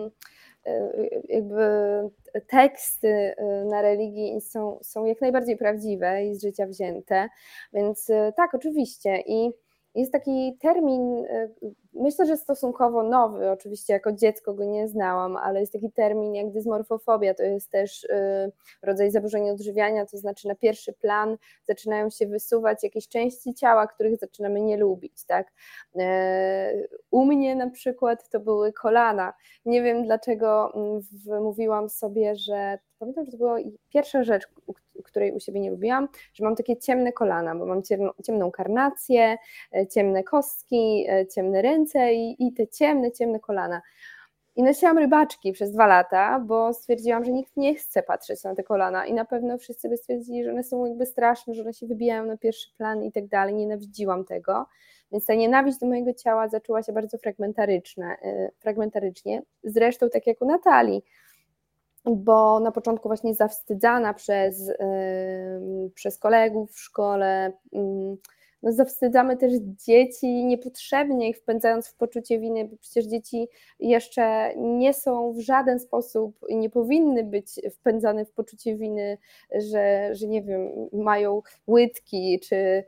jakby teksty na religii są jak najbardziej prawdziwe i z życia wzięte, więc tak, oczywiście. I jest taki termin, myślę, że stosunkowo nowy, oczywiście jako dziecko go nie znałam, ale jest taki termin jak dysmorfofobia, to jest też rodzaj zaburzenia odżywiania, to znaczy na pierwszy plan zaczynają się wysuwać jakieś części ciała, których zaczynamy nie lubić, tak? U mnie na przykład to były kolana. Nie wiem dlaczego mówiłam sobie, że pamiętam, że to była pierwsza rzecz, której u siebie nie lubiłam, że mam takie ciemne kolana, bo mam ciemną karnację, ciemne kostki, ciemne ręce i te ciemne kolana. I nosiłam rybaczki przez 2 lata, bo stwierdziłam, że nikt nie chce patrzeć na te kolana i na pewno wszyscy by stwierdzili, że one są jakby straszne, że one się wybijają na pierwszy plan i tak dalej. Nienawidziłam tego. Więc ta nienawiść do mojego ciała zaczęła się bardzo fragmentarycznie. Zresztą tak jak u Natalii, bo na początku właśnie zawstydzana przez kolegów w szkole, no zawstydzamy też dzieci niepotrzebnie ich wpędzając w poczucie winy, bo przecież dzieci jeszcze nie są w żaden sposób i nie powinny być wpędzane w poczucie winy, że nie wiem, mają łydki czy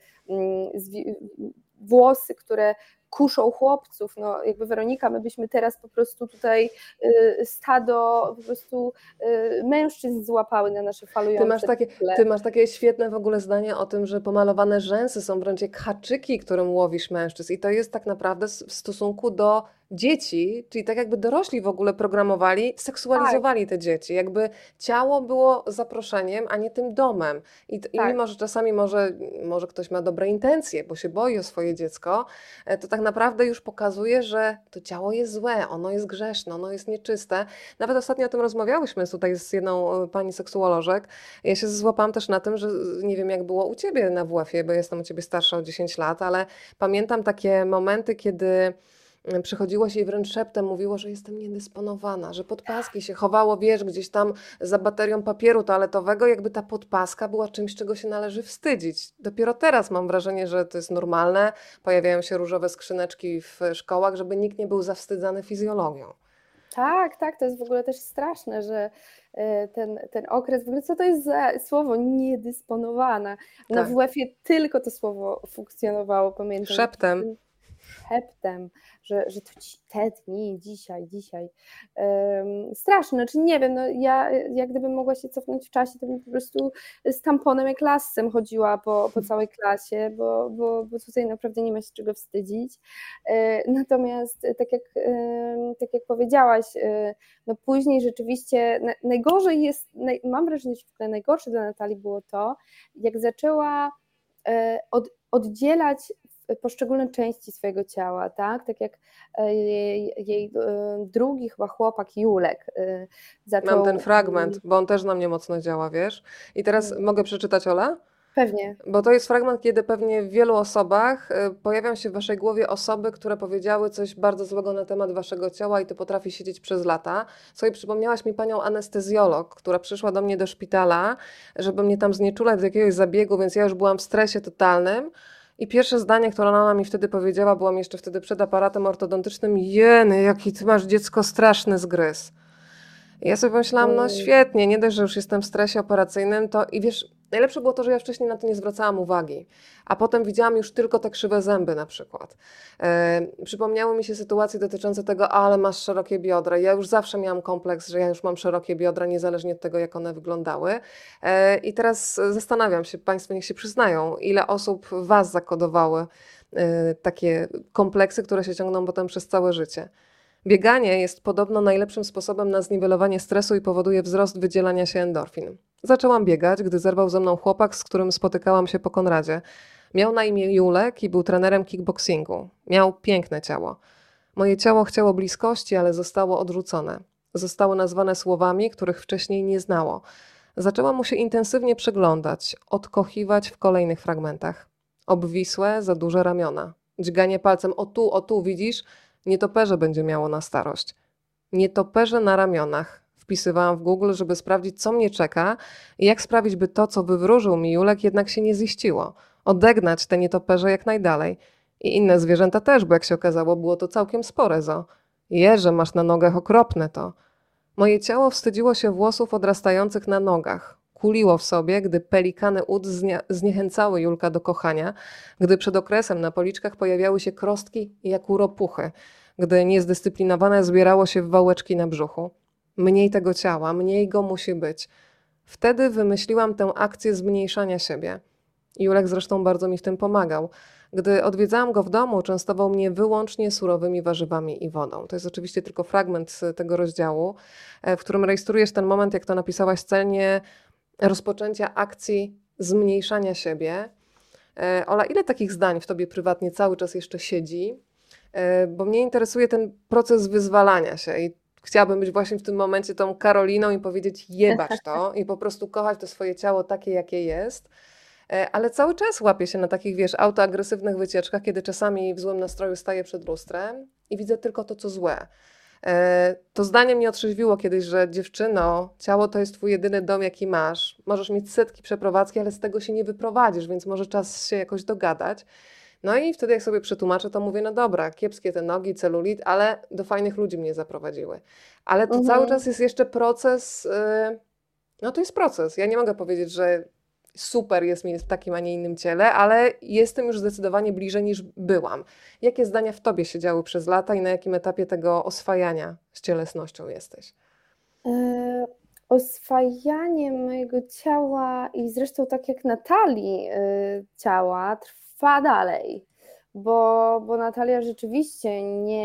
włosy, które kuszą chłopców, no jakby Weronika, my byśmy teraz po prostu tutaj stado po prostu mężczyzn złapały na nasze falujące Ty masz takie świetne w ogóle zdanie o tym, że pomalowane rzęsy są wręcz jak haczyki, którym łowisz mężczyzn i to jest tak naprawdę w stosunku do dzieci, czyli tak jakby dorośli w ogóle programowali, seksualizowali te dzieci, jakby ciało było zaproszeniem, a nie tym domem. I mimo, że czasami może ktoś ma dobre intencje, bo się boi o swoje dziecko, to tak naprawdę już pokazuje, że to ciało jest złe, ono jest grzeszne, ono jest nieczyste. Nawet ostatnio o tym rozmawiałyśmy tutaj z jedną pani seksuolożek. Ja się złapałam też na tym, że nie wiem jak było u Ciebie na WF-ie, bo jestem u Ciebie starsza o 10 lat, ale pamiętam takie momenty, kiedy Przychodziło się i wręcz szeptem mówiło, że jestem niedysponowana, że podpaski się chowało, wiesz, gdzieś tam za baterią papieru toaletowego, jakby ta podpaska była czymś, czego się należy wstydzić. Dopiero teraz mam wrażenie, że to jest normalne. Pojawiają się różowe skrzyneczki w szkołach, żeby nikt nie był zawstydzany fizjologią. Tak, tak, to jest w ogóle też straszne, że ten okres, w ogóle co to jest za słowo niedysponowana? Na Tak. WF-ie tylko to słowo funkcjonowało, pamiętam. Szeptem. Szeptem, że to te dni, dzisiaj. Straszne, znaczy nie wiem, no ja jak gdybym mogła się cofnąć w czasie, to bym po prostu z tamponem jak lasem chodziła po całej klasie, bo tutaj naprawdę nie ma się czego wstydzić. Natomiast tak jak powiedziałaś, no później rzeczywiście najgorzej jest, mam wrażenie, że w ogóle najgorsze dla Natalii było to, jak zaczęła oddzielać poszczególne części swojego ciała, tak? Tak jak jej drugi chyba chłopak Julek zaczął... Mam ten fragment, bo on też na mnie mocno działa, wiesz? I teraz mogę przeczytać, Ola? Pewnie. Bo to jest fragment, kiedy pewnie w wielu osobach pojawią się w waszej głowie osoby, które powiedziały coś bardzo złego na temat waszego ciała i to potrafi siedzieć przez lata. Sobie przypomniałaś mi panią anestezjolog, która przyszła do mnie do szpitala, żeby mnie tam znieczulać do jakiegoś zabiegu, więc ja już byłam w stresie totalnym. I pierwsze zdanie, które ona mi wtedy powiedziała, byłam jeszcze wtedy przed aparatem ortodontycznym: jeny, jaki ty masz, dziecko, straszny zgryz. I ja sobie pomyślałam, no świetnie, nie dość, że już jestem w stresie operacyjnym, to i wiesz, najlepsze było to, że ja wcześniej na to nie zwracałam uwagi, a potem widziałam już tylko te krzywe zęby na przykład. Przypomniały mi się sytuacje dotyczące tego, ale masz szerokie biodra. Ja już zawsze miałam kompleks, że ja już mam szerokie biodra, niezależnie od tego, jak one wyglądały. I teraz zastanawiam się, Państwo niech się przyznają, ile osób Was zakodowały takie kompleksy, które się ciągną potem przez całe życie. Bieganie jest podobno najlepszym sposobem na zniwelowanie stresu i powoduje wzrost wydzielania się endorfin. Zaczęłam biegać, gdy zerwał ze mną chłopak, z którym spotykałam się po Konradzie. Miał na imię Julek i był trenerem kickboxingu. Miał piękne ciało. Moje ciało chciało bliskości, ale zostało odrzucone. Zostało nazwane słowami, których wcześniej nie znało. Zaczęłam mu się intensywnie przyglądać, odkochiwać w kolejnych fragmentach. Obwisłe, za duże ramiona. Dźganie palcem: o tu, widzisz? Nietoperze będzie miało na starość. Nietoperze na ramionach. Wpisywałam w Google, żeby sprawdzić, co mnie czeka i jak sprawić, by to, co wywróżył mi Julek, jednak się nie ziściło. Odegnać te nietoperze jak najdalej. I inne zwierzęta też, bo jak się okazało, było to całkiem spore zo. Jeże, masz na nogach okropne to. Moje ciało wstydziło się włosów odrastających na nogach. Kuliło w sobie, gdy pelikany ud zniechęcały Julka do kochania, gdy przed okresem na policzkach pojawiały się krostki jak u ropuchy, gdy niezdyscyplinowane zbierało się w wałeczki na brzuchu. Mniej tego ciała, mniej go musi być. Wtedy wymyśliłam tę akcję zmniejszania siebie. Julek zresztą bardzo mi w tym pomagał. Gdy odwiedzałam go w domu, częstował mnie wyłącznie surowymi warzywami i wodą. To jest oczywiście tylko fragment tego rozdziału, w którym rejestrujesz ten moment, jak to napisałaś celnie, rozpoczęcia akcji zmniejszania siebie. Ola, ile takich zdań w tobie prywatnie cały czas jeszcze siedzi? Bo mnie interesuje ten proces wyzwalania się i chciałabym być właśnie w tym momencie tą Karoliną i powiedzieć: jebać to i po prostu kochać to swoje ciało takie, jakie jest. Ale cały czas łapię się na takich, wiesz, autoagresywnych wycieczkach, kiedy czasami w złym nastroju staję przed lustrem i widzę tylko to, co złe. To zdanie mnie otrzeźwiło kiedyś, że dziewczyno, ciało to jest twój jedyny dom, jaki masz. Możesz mieć setki przeprowadzki, ale z tego się nie wyprowadzisz, więc może czas się jakoś dogadać. No i wtedy jak sobie przetłumaczę, to mówię: no dobra, kiepskie te nogi, celulit, ale do fajnych ludzi mnie zaprowadziły. Ale to cały czas jest jeszcze proces, no to jest proces. Ja nie mogę powiedzieć, że super jest mi w takim, a nie innym ciele, ale jestem już zdecydowanie bliżej niż byłam. Jakie zdania w tobie się działy przez lata i na jakim etapie tego oswajania z cielesnością jesteś? Oswajanie mojego ciała i zresztą tak jak Natalii ciała trwa dalej, bo Natalia rzeczywiście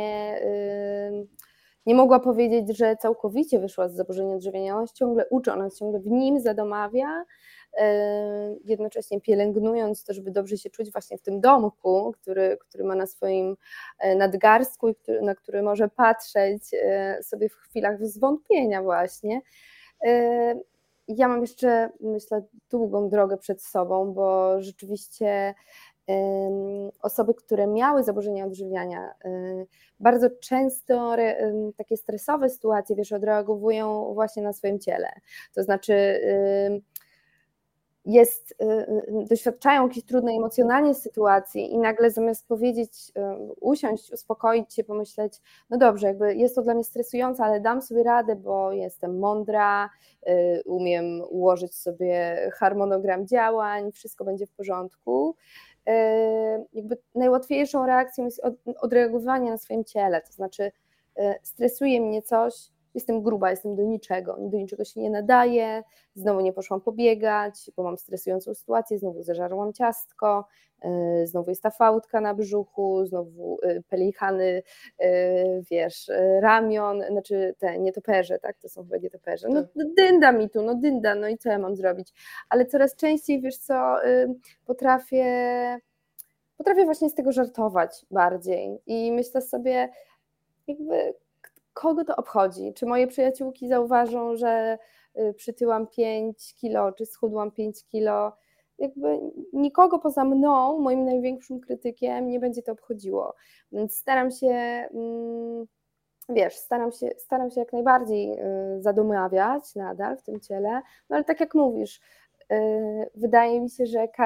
nie mogła powiedzieć, że całkowicie wyszła z zaburzeń odżywiania. Ona się ciągle uczy, ona się ciągle w nim zadomawia, jednocześnie pielęgnując to, żeby dobrze się czuć właśnie w tym domku, który ma na swoim nadgarstku i na który może patrzeć sobie w chwilach zwątpienia właśnie. Ja mam jeszcze, myślę, długą drogę przed sobą, bo rzeczywiście osoby, które miały zaburzenia odżywiania, bardzo często takie stresowe sytuacje, wiesz, odreagowują właśnie na swoim ciele. To znaczy doświadczają jakiejś trudnej emocjonalnie sytuacji i nagle zamiast powiedzieć, usiąść, uspokoić się, pomyśleć, no dobrze, jakby jest to dla mnie stresujące, ale dam sobie radę, bo jestem mądra, umiem ułożyć sobie harmonogram działań, wszystko będzie w porządku. Jakby najłatwiejszą reakcją jest odreagowanie na swoim ciele, to znaczy stresuje mnie coś, jestem gruba, jestem do niczego się nie nadaję, znowu nie poszłam pobiegać, bo mam stresującą sytuację, znowu zeżarłam ciastko, znowu jest ta fałdka na brzuchu, znowu pelikany, wiesz, ramion, znaczy te nietoperze, tak, to są chyba nietoperze, no dynda mi tu, no dynda, no i co ja mam zrobić, ale coraz częściej, wiesz co, potrafię właśnie z tego żartować bardziej i myślę sobie, jakby kogo to obchodzi? Czy moje przyjaciółki zauważą, że przytyłam 5 kilo, czy schudłam 5 kilo? Jakby nikogo poza mną, moim największym krytykiem, nie będzie to obchodziło. Więc staram się, wiesz, staram się jak najbardziej zadomawiać nadal w tym ciele, no ale tak jak mówisz, wydaje mi się, że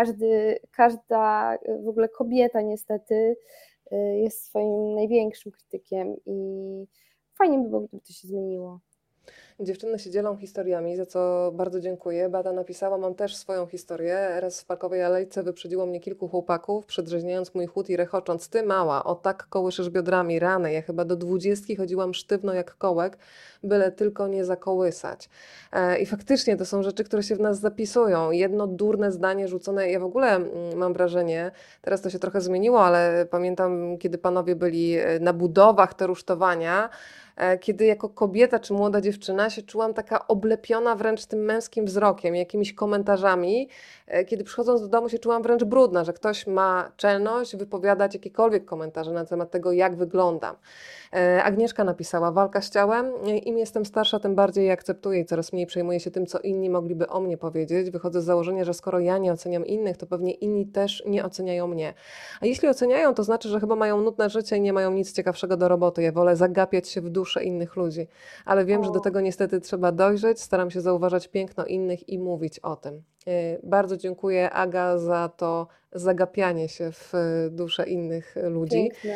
każda w ogóle kobieta niestety jest swoim największym krytykiem i fajnie by było, gdyby to się zmieniło. Dziewczyny się dzielą historiami, za co bardzo dziękuję. Beata napisała, mam też swoją historię. Raz w Parkowej Alejce wyprzedziło mnie kilku chłopaków, przedrzeźniając mój chód i rechocząc: ty mała, o tak kołyszysz biodrami, rany. Ja chyba do 20 chodziłam sztywno jak kołek, byle tylko nie zakołysać. I faktycznie to są rzeczy, które się w nas zapisują. Jedno durne zdanie rzucone, ja w ogóle mam wrażenie, teraz to się trochę zmieniło, ale pamiętam, kiedy panowie byli na budowach, te rusztowania, kiedy jako kobieta czy młoda dziewczyna się czułam taka oblepiona wręcz tym męskim wzrokiem, jakimiś komentarzami, kiedy przychodząc do domu się czułam wręcz brudna, że ktoś ma czelność wypowiadać jakiekolwiek komentarze na temat tego, jak wyglądam. Agnieszka napisała, walka z ciałem, im jestem starsza, tym bardziej je akceptuję i coraz mniej przejmuję się tym, co inni mogliby o mnie powiedzieć. Wychodzę z założenia, że skoro ja nie oceniam innych, to pewnie inni też nie oceniają mnie. A jeśli oceniają, to znaczy, że chyba mają nudne życie i nie mają nic ciekawszego do roboty. Ja wolę zagapiać się w duszę innych ludzi. Ale wiem, że do tego niestety trzeba dojrzeć. Staram się zauważać piękno innych i mówić o tym. Bardzo dziękuję, Aga, za to zagapianie się w duszę innych ludzi. Piękne.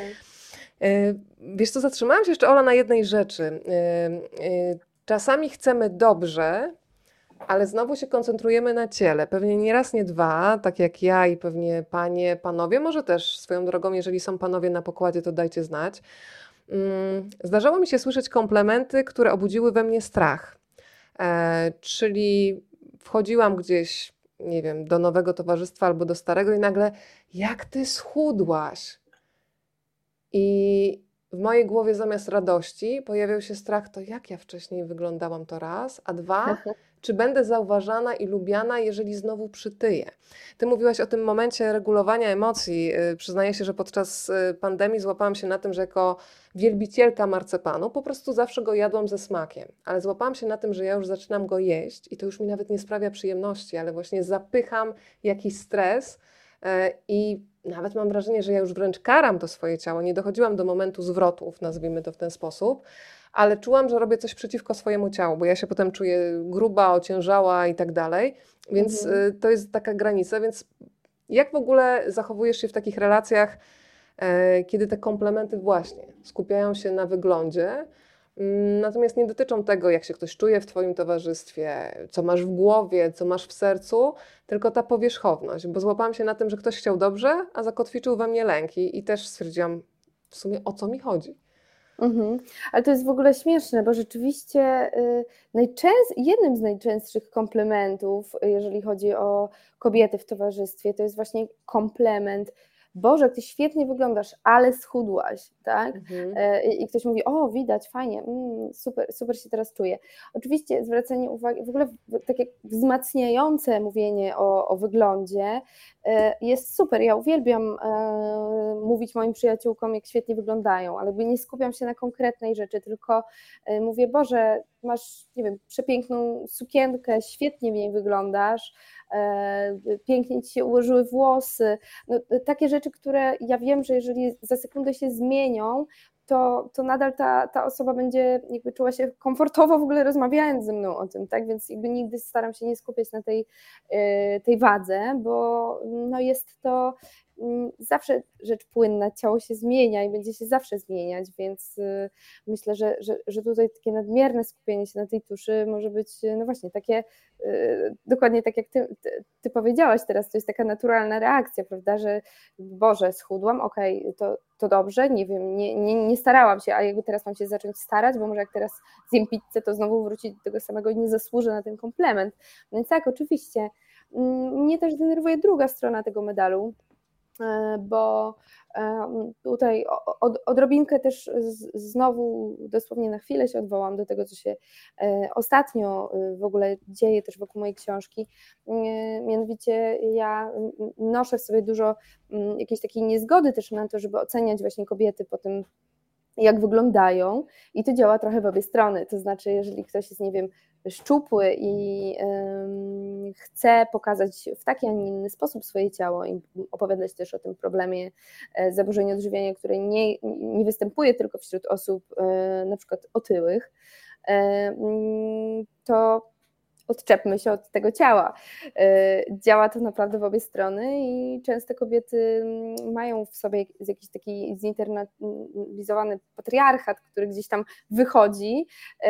Wiesz co, zatrzymałam się jeszcze, Ola, na jednej rzeczy. Czasami chcemy dobrze, ale znowu się koncentrujemy na ciele. Pewnie nie raz, nie dwa, tak jak ja i pewnie panie, panowie, może też swoją drogą, jeżeli są panowie na pokładzie, to dajcie znać. Zdarzało mi się słyszeć komplementy, które obudziły we mnie strach. Czyli wchodziłam gdzieś, nie wiem, do nowego towarzystwa albo do starego i nagle, jak ty schudłaś? I w mojej głowie zamiast radości pojawiał się strach, to jak ja wcześniej wyglądałam, to raz, a dwa, czy będę zauważana i lubiana, jeżeli znowu przytyję. Ty mówiłaś o tym momencie regulowania emocji. Przyznaję się, że podczas pandemii złapałam się na tym, że jako wielbicielka marcepanu po prostu zawsze go jadłam ze smakiem, ale złapałam się na tym, że ja już zaczynam go jeść i to już mi nawet nie sprawia przyjemności, ale właśnie zapycham jakiś stres i nawet mam wrażenie, że ja już wręcz karam to swoje ciało. Nie dochodziłam do momentu zwrotów, nazwijmy to w ten sposób, ale czułam, że robię coś przeciwko swojemu ciału, bo ja się potem czuję gruba, ociężała i tak dalej, więc to jest taka granica. Więc jak w ogóle zachowujesz się w takich relacjach, kiedy te komplementy właśnie skupiają się na wyglądzie, natomiast nie dotyczą tego, jak się ktoś czuje w twoim towarzystwie, co masz w głowie, co masz w sercu, tylko ta powierzchowność, bo złapałam się na tym, że ktoś chciał dobrze, a zakotwiczył we mnie lęk i też stwierdziłam w sumie, o co mi chodzi. Ale to jest w ogóle śmieszne, bo rzeczywiście jednym z najczęstszych komplementów, jeżeli chodzi o kobiety w towarzystwie, to jest właśnie komplement: Boże, ty świetnie wyglądasz, ale schudłaś, tak? I ktoś mówi: o, widać, fajnie, super się teraz czuję. Oczywiście zwracanie uwagi, w ogóle takie wzmacniające mówienie o wyglądzie jest super. Ja uwielbiam mówić moim przyjaciółkom, jak świetnie wyglądają, ale jakby nie skupiam się na konkretnej rzeczy, tylko mówię, Boże, masz, nie wiem, przepiękną sukienkę, świetnie w niej wyglądasz, pięknie ci się ułożyły włosy, no, takie rzeczy, które ja wiem, że jeżeli za sekundę się zmienią, to nadal ta osoba będzie jakby czuła się komfortowo w ogóle rozmawiając ze mną o tym, tak? Więc jakby nigdy staram się nie skupiać na tej wadze, bo no jest to zawsze rzecz płynna, ciało się zmienia i będzie się zawsze zmieniać, więc myślę, że tutaj takie nadmierne skupienie się na tej tuszy może być no właśnie takie, dokładnie tak jak ty powiedziałaś teraz, to jest taka naturalna reakcja, prawda, że Boże, schudłam, okej, to dobrze, nie wiem, nie starałam się, a jakby teraz mam się zacząć starać, bo może jak teraz zjem pizzę, to znowu wrócić do tego samego i nie zasłużę na ten komplement. Więc tak, oczywiście. Mnie też denerwuje druga strona tego medalu, bo tutaj odrobinkę też znowu dosłownie na chwilę się odwołam do tego, co się ostatnio w ogóle dzieje też wokół mojej książki. Mianowicie ja noszę w sobie dużo jakiejś takiej niezgody też na to, żeby oceniać właśnie kobiety po tym, jak wyglądają, i to działa trochę w obie strony, to znaczy jeżeli ktoś jest, nie wiem, szczupły i chce pokazać w taki, a nie inny sposób swoje ciało i opowiadać też o tym problemie zaburzeń odżywiania, które nie występuje tylko wśród osób na przykład otyłych, to odczepmy się od tego ciała. Działa to naprawdę w obie strony i często kobiety mają w sobie jakiś taki zinternalizowany patriarchat, który gdzieś tam wychodzi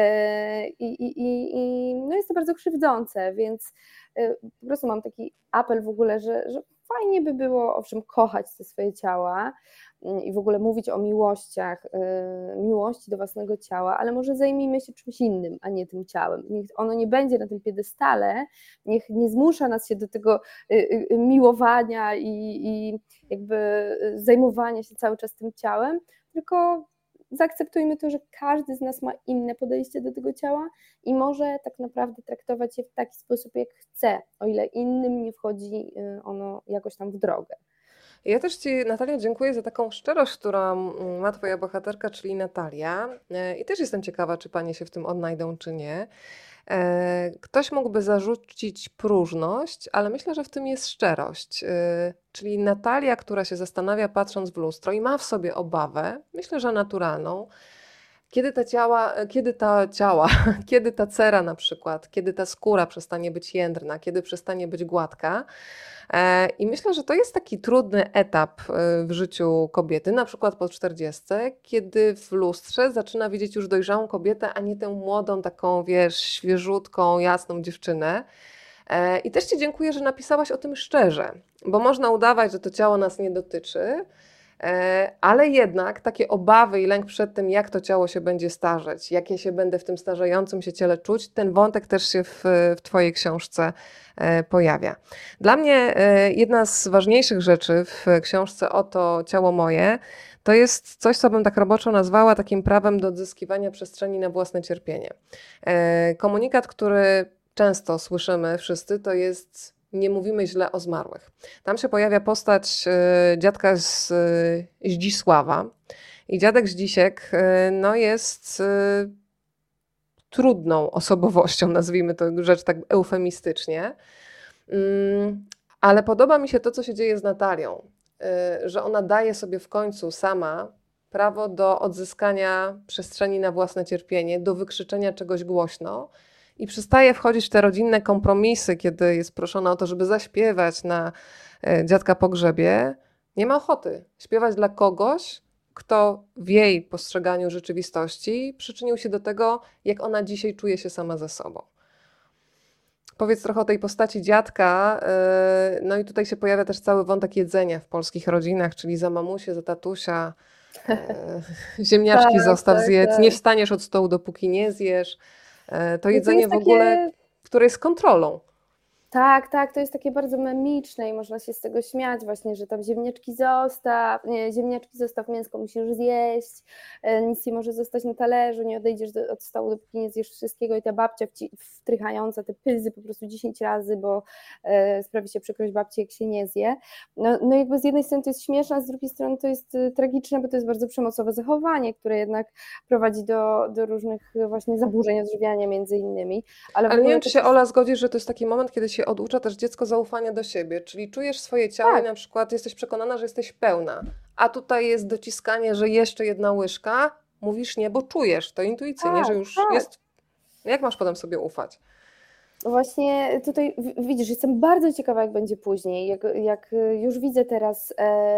i no jest to bardzo krzywdzące, więc po prostu mam taki apel w ogóle, że fajnie by było owszem kochać te swoje ciała i w ogóle mówić o miłościach, miłości do własnego ciała, ale może zajmijmy się czymś innym, a nie tym ciałem. Niech ono nie będzie na tym piedestale, niech nie zmusza nas się do tego miłowania i jakby zajmowania się cały czas tym ciałem, tylko zaakceptujmy to, że każdy z nas ma inne podejście do tego ciała i może tak naprawdę traktować je w taki sposób, jak chce, o ile innym nie wchodzi ono jakoś tam w drogę. Ja też Ci, Natalia, dziękuję za taką szczerość, którą ma Twoja bohaterka, czyli Natalia. I też jestem ciekawa, czy Panie się w tym odnajdą, czy nie. Ktoś mógłby zarzucić próżność, ale myślę, że w tym jest szczerość. Czyli Natalia, która się zastanawia patrząc w lustro i ma w sobie obawę, myślę, że naturalną, kiedy ta cera na przykład, kiedy ta skóra przestanie być jędrna, kiedy przestanie być gładka. I myślę, że to jest taki trudny etap w życiu kobiety, na przykład po 40, kiedy w lustrze zaczyna widzieć już dojrzałą kobietę, a nie tę młodą, taką wiesz, świeżutką, jasną dziewczynę. I też Ci dziękuję, że napisałaś o tym szczerze, bo można udawać, że to ciało nas nie dotyczy, ale jednak takie obawy i lęk przed tym, jak to ciało się będzie starzeć, jakie się będę w tym starzejącym się ciele czuć, ten wątek też się w Twojej książce pojawia. Dla mnie jedna z ważniejszych rzeczy w książce Oto ciało moje, to jest coś, co bym tak roboczo nazwała takim prawem do odzyskiwania przestrzeni na własne cierpienie. Komunikat, który często słyszymy wszyscy, to jest: nie mówimy źle o zmarłych. Tam się pojawia postać dziadka z Zdzisława. I dziadek Zdzisiek no jest trudną osobowością, nazwijmy to rzecz tak eufemistycznie. Ale podoba mi się to, co się dzieje z Natalią, że ona daje sobie w końcu sama prawo do odzyskania przestrzeni na własne cierpienie, do wykrzyczenia czegoś głośno. I przestaje wchodzić w te rodzinne kompromisy, kiedy jest proszona o to, żeby zaśpiewać na dziadka pogrzebie. Nie ma ochoty śpiewać dla kogoś, kto w jej postrzeganiu rzeczywistości przyczynił się do tego, jak ona dzisiaj czuje się sama ze sobą. Powiedz trochę o tej postaci dziadka. No i tutaj się pojawia też cały wątek jedzenia w polskich rodzinach, czyli za mamusię, za tatusia, ziemniaczki zostaw, zjedz, nie wstaniesz od stołu, dopóki nie zjesz. To jedzenie w ogóle, które jest kontrolą. Tak, tak, to jest takie bardzo memiczne i można się z tego śmiać właśnie, że tam ziemniaczki zostaw, nie, ziemniaczki zostaw, mięsko musisz zjeść, nic nie może zostać na talerzu, nie odejdziesz od stołu, dopóki nie zjesz wszystkiego i ta babcia wtrychająca te pyzy po prostu 10 razy, bo sprawi się przykrość babci, jak się nie zje. No jakby z jednej strony to jest śmieszne, a z drugiej strony to jest tragiczne, bo to jest bardzo przemocowe zachowanie, które jednak prowadzi do różnych właśnie zaburzeń odżywiania między innymi. Ale w Ale nie ogóle wiem, czy się Ola zgodzi, że to jest taki moment, kiedy się oducza też dziecko zaufania do siebie, czyli czujesz swoje ciało i tak, na przykład jesteś przekonana, że jesteś pełna, a tutaj jest dociskanie, że jeszcze jedna łyżka, mówisz nie, bo czujesz to intuicyjnie, że tak, już tak. jest. Jak masz potem sobie ufać? Właśnie tutaj widzisz, jestem bardzo ciekawa, jak będzie później, jak już widzę teraz,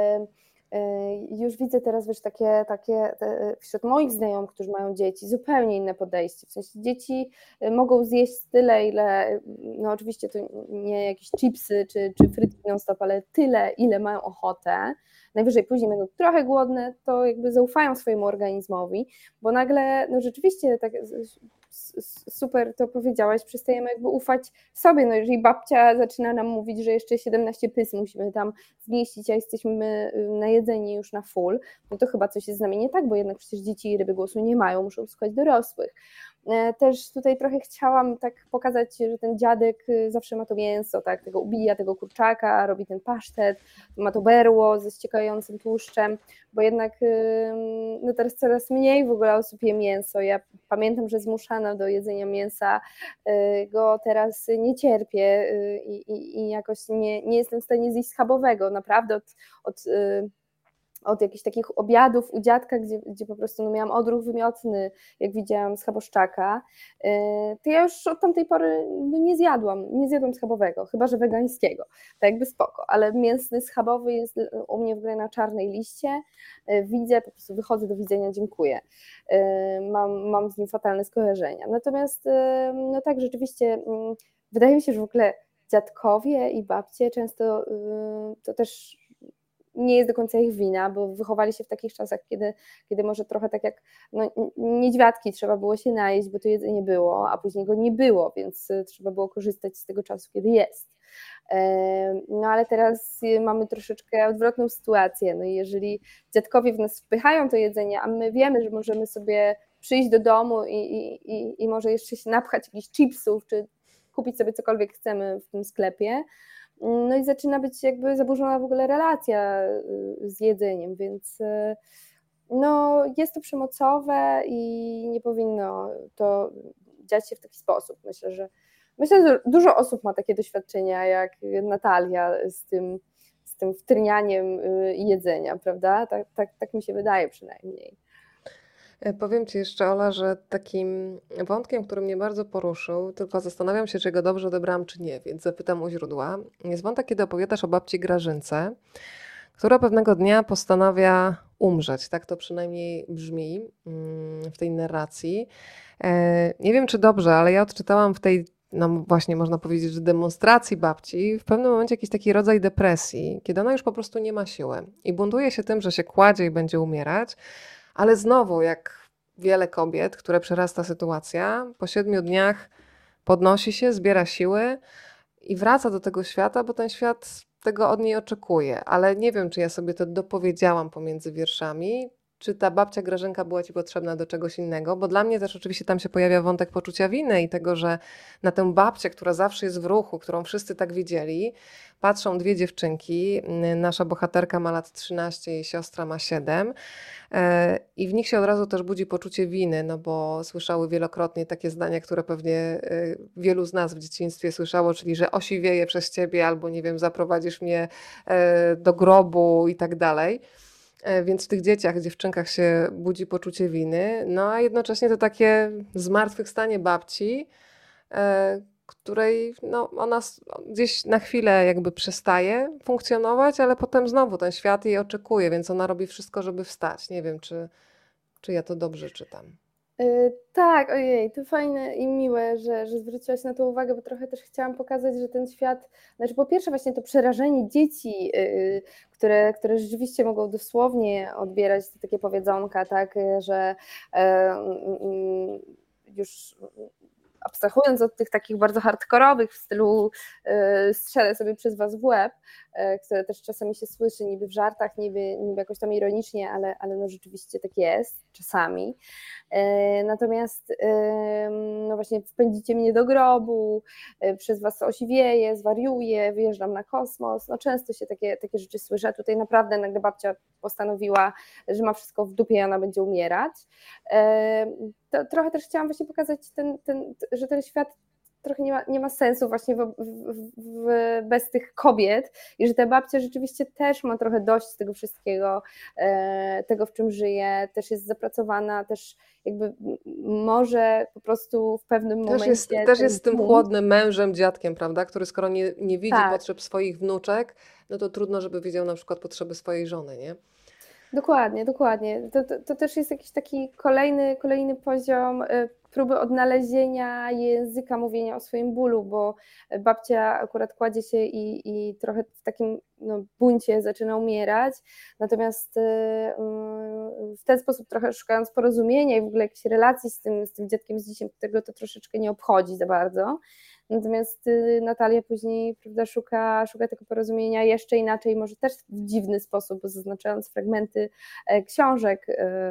wiesz, takie wśród moich znajomych, którzy mają dzieci, zupełnie inne podejście. W sensie dzieci mogą zjeść tyle, ile, no oczywiście to nie jakieś chipsy czy frytki non-stop, ale tyle, ile mają ochotę. Najwyżej później będą trochę głodne, to jakby zaufają swojemu organizmowi, bo nagle, no rzeczywiście tak super to powiedziałaś, przestajemy jakby ufać sobie, no jeżeli babcia zaczyna nam mówić, że jeszcze 17 pys musimy tam zmieścić, a jesteśmy najedzeni już na full, no to chyba coś jest z nami nie tak, bo jednak przecież dzieci i ryby głosu nie mają, muszą słuchać dorosłych. Też tutaj trochę chciałam tak pokazać, że ten dziadek zawsze ma to mięso, tak, tego ubija, tego kurczaka, robi ten pasztet, ma to berło ze ściekającym tłuszczem, bo jednak no teraz coraz mniej w ogóle osób je mięso. Ja pamiętam, że zmuszana do jedzenia mięsa go teraz nie cierpię i jakoś nie jestem w stanie zjeść schabowego, naprawdę od jakichś takich obiadów u dziadka, gdzie po prostu no, miałam odruch wymiotny, jak widziałam schaboszczaka, to ja już od tamtej pory no, nie zjadłam schabowego, chyba że wegańskiego, tak jakby spoko, ale mięsny schabowy jest u mnie w ogóle na czarnej liście, widzę, po prostu wychodzę do widzenia, dziękuję, mam z nim fatalne skojarzenia. Natomiast no tak, rzeczywiście wydaje mi się, że w ogóle dziadkowie i babcie często to też nie jest do końca ich wina, bo wychowali się w takich czasach, kiedy może trochę tak jak no, niedźwiadki trzeba było się najeść, bo to jedzenie było, a później go nie było, więc trzeba było korzystać z tego czasu, kiedy jest. No ale teraz mamy troszeczkę odwrotną sytuację. No i jeżeli dziadkowie w nas wpychają to jedzenie, a my wiemy, że możemy sobie przyjść do domu i może jeszcze się napchać jakichś chipsów, czy kupić sobie cokolwiek chcemy w tym sklepie, no i zaczyna być jakby zaburzona w ogóle relacja z jedzeniem, więc no jest to przemocowe i nie powinno to dziać się w taki sposób. Myślę, że dużo osób ma takie doświadczenia jak Natalia z tym wtrynianiem jedzenia, prawda? Tak mi się wydaje przynajmniej. Powiem Ci jeszcze, Ola, że takim wątkiem, który mnie bardzo poruszył, tylko zastanawiam się, czy go dobrze odebrałam, czy nie, więc zapytam u źródła. Jest wątek, kiedy opowiadasz o babci Grażynce, która pewnego dnia postanawia umrzeć. Tak to przynajmniej brzmi w tej narracji. Nie wiem, czy dobrze, ale ja odczytałam w tej, no właśnie można powiedzieć, że demonstracji babci w pewnym momencie jakiś taki rodzaj depresji, kiedy ona już po prostu nie ma siły i buntuje się tym, że się kładzie i będzie umierać, ale znowu, jak wiele kobiet, które przerasta sytuacja, po 7 dniach podnosi się, zbiera siły i wraca do tego świata, bo ten świat tego od niej oczekuje. Ale nie wiem, czy ja sobie to dopowiedziałam pomiędzy wierszami, czy ta babcia Grażynka była Ci potrzebna do czegoś innego, bo dla mnie też oczywiście tam się pojawia wątek poczucia winy i tego, że na tę babcię, która zawsze jest w ruchu, którą wszyscy tak widzieli, patrzą dwie dziewczynki. Nasza bohaterka ma lat 13, jej siostra ma 7 i w nich się od razu też budzi poczucie winy, no bo słyszały wielokrotnie takie zdania, które pewnie wielu z nas w dzieciństwie słyszało, czyli że osiwieję przez ciebie albo nie wiem, zaprowadzisz mnie do grobu i tak dalej. Więc w tych dzieciach, dziewczynkach się budzi poczucie winy, no a jednocześnie to takie zmartwychwstanie babci, której no, ona gdzieś na chwilę jakby przestaje funkcjonować, ale potem znowu ten świat jej oczekuje, więc ona robi wszystko, żeby wstać. Nie wiem, czy ja to dobrze czytam. Tak, ojej, to fajne i miłe, że zwróciłaś na to uwagę, bo trochę też chciałam pokazać, że ten świat, znaczy po pierwsze właśnie to przerażenie dzieci, które rzeczywiście mogą dosłownie odbierać te takie powiedzonka, tak, że już abstrahując od tych takich bardzo hardkorowych w stylu strzelę sobie przez was w łeb, które też czasami się słyszy niby w żartach, niby jakoś tam ironicznie, ale no rzeczywiście tak jest czasami. Natomiast no właśnie wpędzicie mnie do grobu, przez was osiwieję, zwariuję, wyjeżdżam na kosmos, no często się takie rzeczy słyszę. Tutaj naprawdę nagle babcia postanowiła, że ma wszystko w dupie i ona będzie umierać. To trochę też chciałam właśnie pokazać, że ten świat trochę nie ma sensu właśnie bez tych kobiet i że ta babcia rzeczywiście też ma trochę dość z tego wszystkiego, tego w czym żyje, też jest zapracowana, też jakby może po prostu w pewnym momencie... Też jest tym chłodnym mężem, dziadkiem, prawda, który skoro nie widzi tak. potrzeb swoich wnuczek, no to trudno, żeby widział na przykład potrzeby swojej żony, nie? Dokładnie. To też jest jakiś taki kolejny poziom próby odnalezienia języka mówienia o swoim bólu, bo babcia akurat kładzie się i trochę w takim buncie zaczyna umierać, natomiast w ten sposób trochę szukając porozumienia i w ogóle jakiejś relacji z tym dziadkiem, z dzieciem, tego to troszeczkę nie obchodzi za bardzo. Natomiast Natalia później, prawda, szuka tego porozumienia jeszcze inaczej, może też w dziwny sposób, zaznaczając fragmenty książek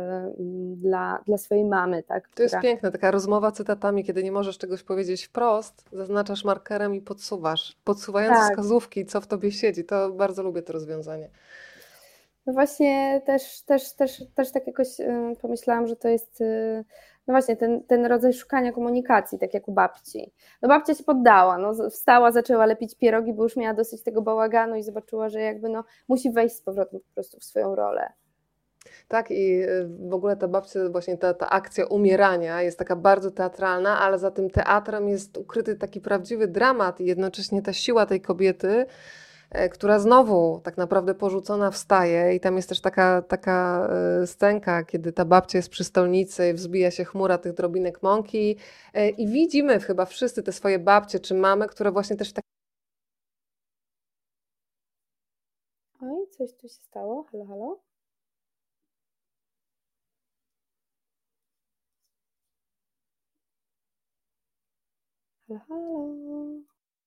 dla swojej mamy. Tak, To jest piękne, taka rozmowa cytatami, kiedy nie możesz czegoś powiedzieć wprost, zaznaczasz markerem i podsuwając wskazówki, co w tobie siedzi. To bardzo lubię to rozwiązanie. No właśnie też tak jakoś pomyślałam, że to jest no właśnie ten rodzaj szukania komunikacji, tak jak u babci. No babcia się poddała, no wstała, zaczęła lepić pierogi, bo już miała dosyć tego bałaganu i zobaczyła, że jakby musi wejść z powrotem po prostu w swoją rolę. Tak, i w ogóle ta babcia, właśnie ta akcja umierania jest taka bardzo teatralna, ale za tym teatrem jest ukryty taki prawdziwy dramat i jednocześnie ta siła tej kobiety, która znowu tak naprawdę porzucona wstaje i tam jest też taka scenka, kiedy ta babcia jest przy stolnicy, wzbija się chmura tych drobinek mąki i widzimy chyba wszyscy te swoje babcie czy mamy, które właśnie też tak... Oj, coś tu się stało, halo, halo? Halo, halo.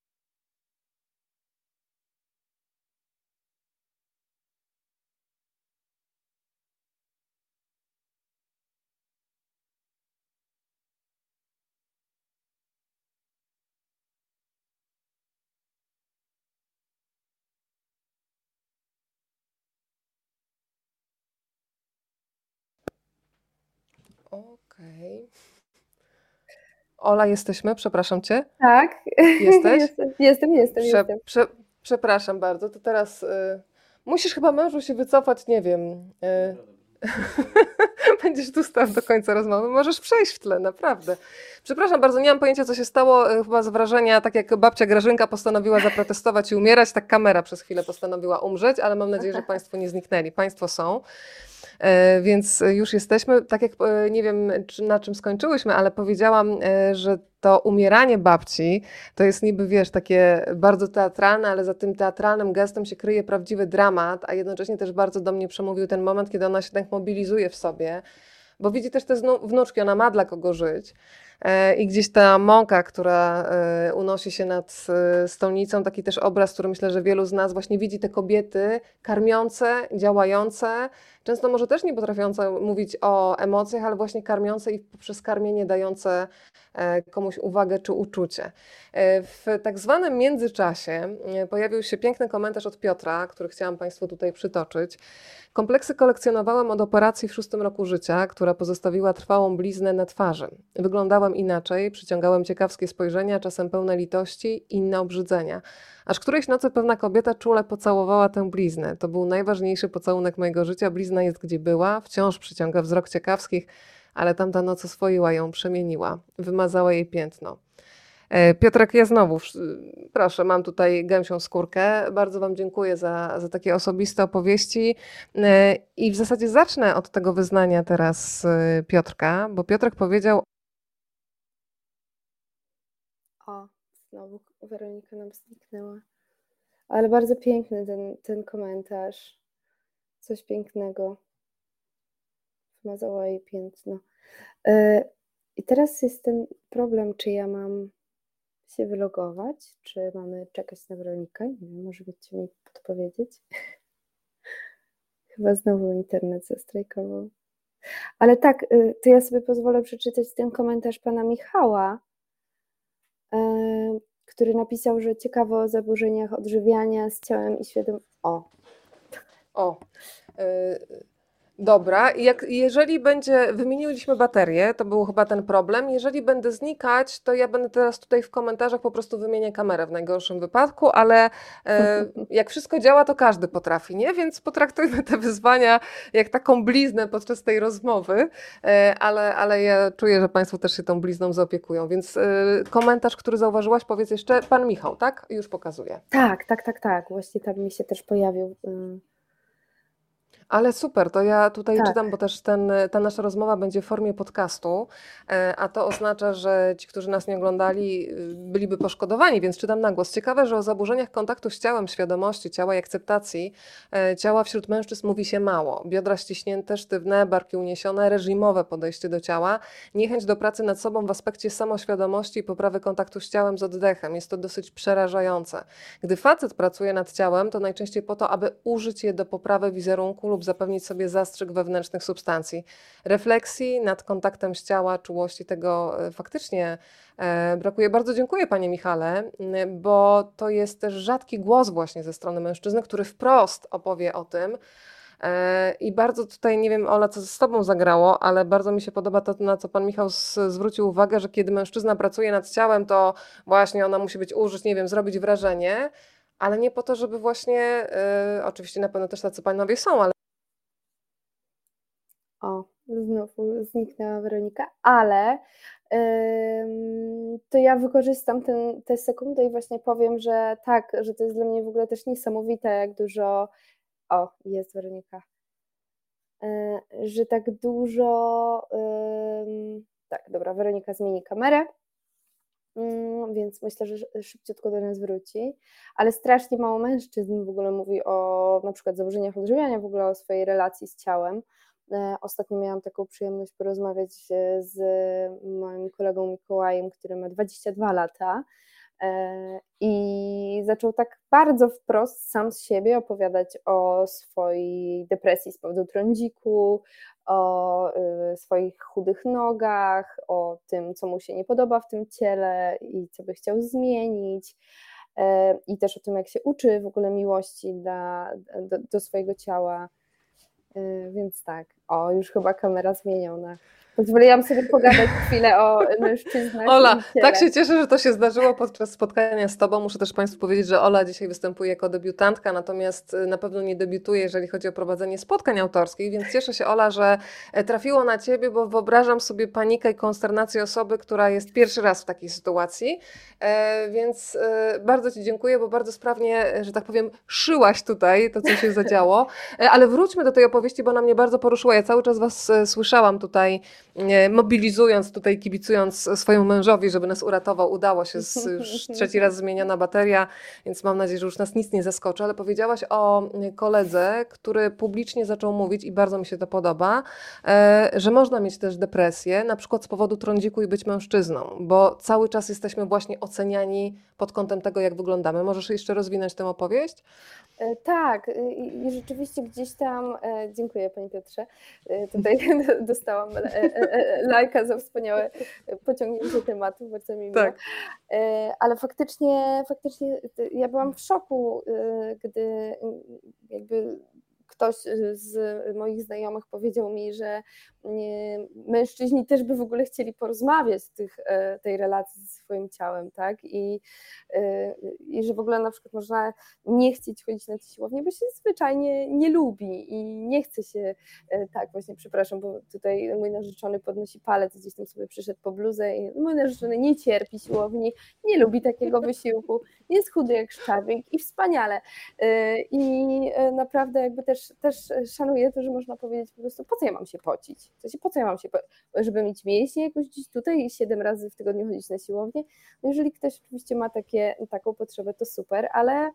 Okej. Ola, jesteśmy? Przepraszam cię. Tak. Jesteś? Jestem. Przepraszam bardzo. To teraz musisz chyba mężu się wycofać, nie wiem. Będziesz tu stał do końca rozmowy. Możesz przejść w tle, naprawdę. Przepraszam bardzo, nie mam pojęcia, co się stało. Chyba z wrażenia, tak jak babcia Grażynka postanowiła zaprotestować i umierać, tak kamera przez chwilę postanowiła umrzeć, ale mam nadzieję, że Państwo nie zniknęli. Państwo są. Więc już jesteśmy, tak jak nie wiem na czym skończyłyśmy, ale powiedziałam, że to umieranie babci to jest niby, wiesz, takie bardzo teatralne, ale za tym teatralnym gestem się kryje prawdziwy dramat, a jednocześnie też bardzo do mnie przemówił ten moment, kiedy ona się tak mobilizuje w sobie, bo widzi też te wnuczki, ona ma dla kogo żyć. I gdzieś ta mąka, która unosi się nad stolnicą, taki też obraz, który myślę, że wielu z nas właśnie widzi te kobiety karmiące, działające, często może też nie potrafiące mówić o emocjach, ale właśnie karmiące i poprzez karmienie dające komuś uwagę czy uczucie. W tak zwanym międzyczasie pojawił się piękny komentarz od Piotra, który chciałam Państwu tutaj przytoczyć. Kompleksy kolekcjonowałam od operacji w 6. roku życia, która pozostawiła trwałą bliznę na twarzy. Wyglądałam inaczej, przyciągałem ciekawskie spojrzenia, czasem pełne litości, inne obrzydzenia. Aż którejś nocy pewna kobieta czule pocałowała tę bliznę. To był najważniejszy pocałunek mojego życia. Blizna jest gdzie była, wciąż przyciąga wzrok ciekawskich, ale tamta noc oswoiła ją, przemieniła, wymazała jej piętno. Piotrek, ja znowu, proszę, mam tutaj gęsią skórkę. Bardzo Wam dziękuję za takie osobiste opowieści i w zasadzie zacznę od tego wyznania teraz Piotrka, bo Piotrek powiedział... O, znowu Weronika nam zniknęła. Ale bardzo piękny ten komentarz. Coś pięknego. Wymazała jej piętno. I teraz jest ten problem, czy ja mam się wylogować, czy mamy czekać na Weronikę? Nie wiem, może byście mi podpowiedzieć. Chyba znowu internet zastrajkował. Ale tak, to ja sobie pozwolę przeczytać ten komentarz pana Michała, który napisał, że ciekawe o zaburzeniach odżywiania z ciałem i świadomością. O, dobra. Jeżeli będzie, wymieniliśmy baterię, to był chyba ten problem. Jeżeli będę znikać, to ja będę teraz tutaj w komentarzach po prostu wymienię kamerę w najgorszym wypadku, ale jak wszystko działa, to każdy potrafi, nie? Więc potraktujmy te wyzwania jak taką bliznę podczas tej rozmowy, ale ja czuję, że Państwo też się tą blizną zaopiekują. Więc komentarz, który zauważyłaś, powiedz jeszcze, pan Michał, tak? Już pokazuję. Tak. Właśnie tam mi się też pojawił. Ale super, to ja tutaj Tak. czytam, bo też ta nasza rozmowa będzie w formie podcastu, a to oznacza, że ci, którzy nas nie oglądali, byliby poszkodowani, więc czytam na głos. Ciekawe, że o zaburzeniach kontaktu z ciałem, świadomości ciała i akceptacji ciała wśród mężczyzn mówi się mało. Biodra ściśnięte, sztywne, barki uniesione, reżimowe podejście do ciała, niechęć do pracy nad sobą w aspekcie samoświadomości i poprawy kontaktu z ciałem, z oddechem. Jest to dosyć przerażające. Gdy facet pracuje nad ciałem, to najczęściej po to, aby użyć je do poprawy wizerunku lub zapewnić sobie zastrzyk wewnętrznych substancji. Refleksji nad kontaktem z ciała, czułości tego faktycznie brakuje. Bardzo dziękuję Panie Michale, bo to jest też rzadki głos właśnie ze strony mężczyzny, który wprost opowie o tym. I bardzo tutaj, nie wiem Ola, co z Tobą zagrało, ale bardzo mi się podoba to, na co Pan Michał zwrócił uwagę, że kiedy mężczyzna pracuje nad ciałem, to właśnie ona musi być użyć, nie wiem, zrobić wrażenie, ale nie po to, żeby właśnie, oczywiście na pewno też tacy panowie są, ale Znowu zniknęła Weronika, ale to ja wykorzystam tę sekundę i właśnie powiem, że tak, że to jest dla mnie w ogóle też niesamowite, jak dużo... jest Weronika. Że tak dużo... Tak, dobra, Weronika zmieni kamerę, więc myślę, że szybciutko do nas wróci, ale strasznie mało mężczyzn w ogóle mówi o na przykład zaburzeniach odżywiania, w ogóle o swojej relacji z ciałem. Ostatnio miałam taką przyjemność porozmawiać z moim kolegą Mikołajem, który ma 22 lata i zaczął tak bardzo wprost sam z siebie opowiadać o swojej depresji z powodu trądziku, o swoich chudych nogach, o tym, co mu się nie podoba w tym ciele i co by chciał zmienić. I też o tym, jak się uczy w ogóle miłości do swojego ciała. Więc tak, już chyba kamera zmieniona. Pozwoliłam sobie pogadać chwilę o mężczyznach. Ola, tak się cieszę, że to się zdarzyło podczas spotkania z Tobą. Muszę też Państwu powiedzieć, że Ola dzisiaj występuje jako debiutantka, natomiast na pewno nie debiutuje, jeżeli chodzi o prowadzenie spotkań autorskich, więc cieszę się, Ola, że trafiło na Ciebie, bo wyobrażam sobie panikę i konsternację osoby, która jest pierwszy raz w takiej sytuacji, więc bardzo Ci dziękuję, bo bardzo sprawnie, że tak powiem, szyłaś tutaj to, co się zadziało, ale wróćmy do tej opowieści, bo ona mnie bardzo poruszyła. Ja cały czas Was słyszałam tutaj, mobilizując tutaj, kibicując swojemu mężowi, żeby nas uratował. Udało się, już trzeci raz zmieniona bateria, więc mam nadzieję, że już nas nic nie zaskoczy, ale powiedziałaś o koledze, który publicznie zaczął mówić i bardzo mi się to podoba, że można mieć też depresję, na przykład z powodu trądziku i być mężczyzną, bo cały czas jesteśmy właśnie oceniani pod kątem tego, jak wyglądamy. Możesz jeszcze rozwinąć tę opowieść? Tak, i rzeczywiście gdzieś tam, dziękuję Panie Piotrze, tutaj dostałam lajka za wspaniałe pociągnięcie tematu, bardzo mi miło. Tak. Ale faktycznie ja byłam w szoku, gdy jakby ktoś z moich znajomych powiedział mi, że mężczyźni też by w ogóle chcieli porozmawiać tej relacji ze swoim ciałem, tak? I że w ogóle na przykład można nie chcieć chodzić na siłownię, bo się zwyczajnie nie lubi i nie chce się, tak właśnie, przepraszam, bo tutaj mój narzeczony podnosi palec, gdzieś tam sobie przyszedł po bluzę i mój narzeczony nie cierpi siłowni, nie lubi takiego wysiłku, jest chudy jak szczawik i wspaniale. I naprawdę jakby też szanuję to, że można powiedzieć po prostu, po co ja mam się pocić? W sensie, po co ja mam się żeby mieć mięśnie jakoś gdzieś tutaj i 7 razy w tygodniu chodzić na siłownię? No jeżeli ktoś oczywiście ma taką potrzebę, to super, ale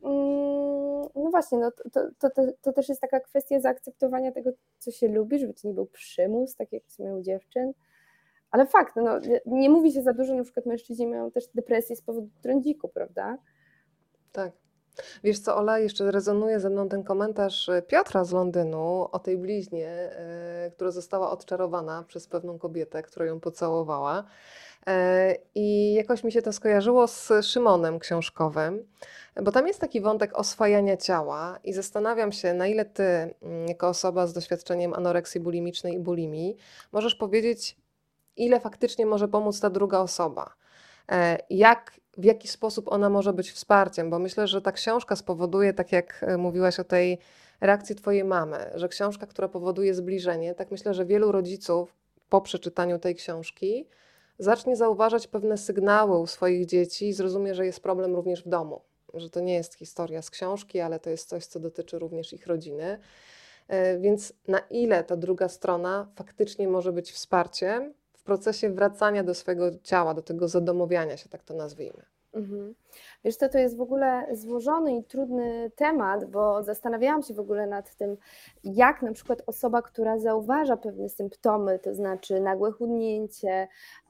no właśnie, no to też jest taka kwestia zaakceptowania tego, co się lubi, żeby to nie był przymus, tak jak jest u dziewczyn. Ale fakt, no, nie mówi się za dużo, na przykład mężczyźni mają też depresję z powodu trądziku, prawda? Tak. Wiesz co, Ola, jeszcze rezonuje ze mną ten komentarz Piotra z Londynu o tej bliźnie, która została odczarowana przez pewną kobietę, która ją pocałowała. I jakoś mi się to skojarzyło z Szymonem książkowym, bo tam jest taki wątek oswajania ciała i zastanawiam się, na ile ty, jako osoba z doświadczeniem anoreksji bulimicznej i bulimii, możesz powiedzieć, ile faktycznie może pomóc ta druga osoba. W jaki sposób ona może być wsparciem, bo myślę, że ta książka spowoduje, tak jak mówiłaś o tej reakcji twojej mamy, że książka, która powoduje zbliżenie, tak myślę, że wielu rodziców po przeczytaniu tej książki zacznie zauważać pewne sygnały u swoich dzieci i zrozumie, że jest problem również w domu, że to nie jest historia z książki, ale to jest coś, co dotyczy również ich rodziny. Więc na ile ta druga strona faktycznie może być wsparciem w procesie wracania do swojego ciała, do tego zadomowiania się, tak to nazwijmy. Mhm. Wiesz co, to jest w ogóle złożony i trudny temat, bo zastanawiałam się w ogóle nad tym, jak na przykład osoba, która zauważa pewne symptomy, to znaczy nagłe chudnięcie,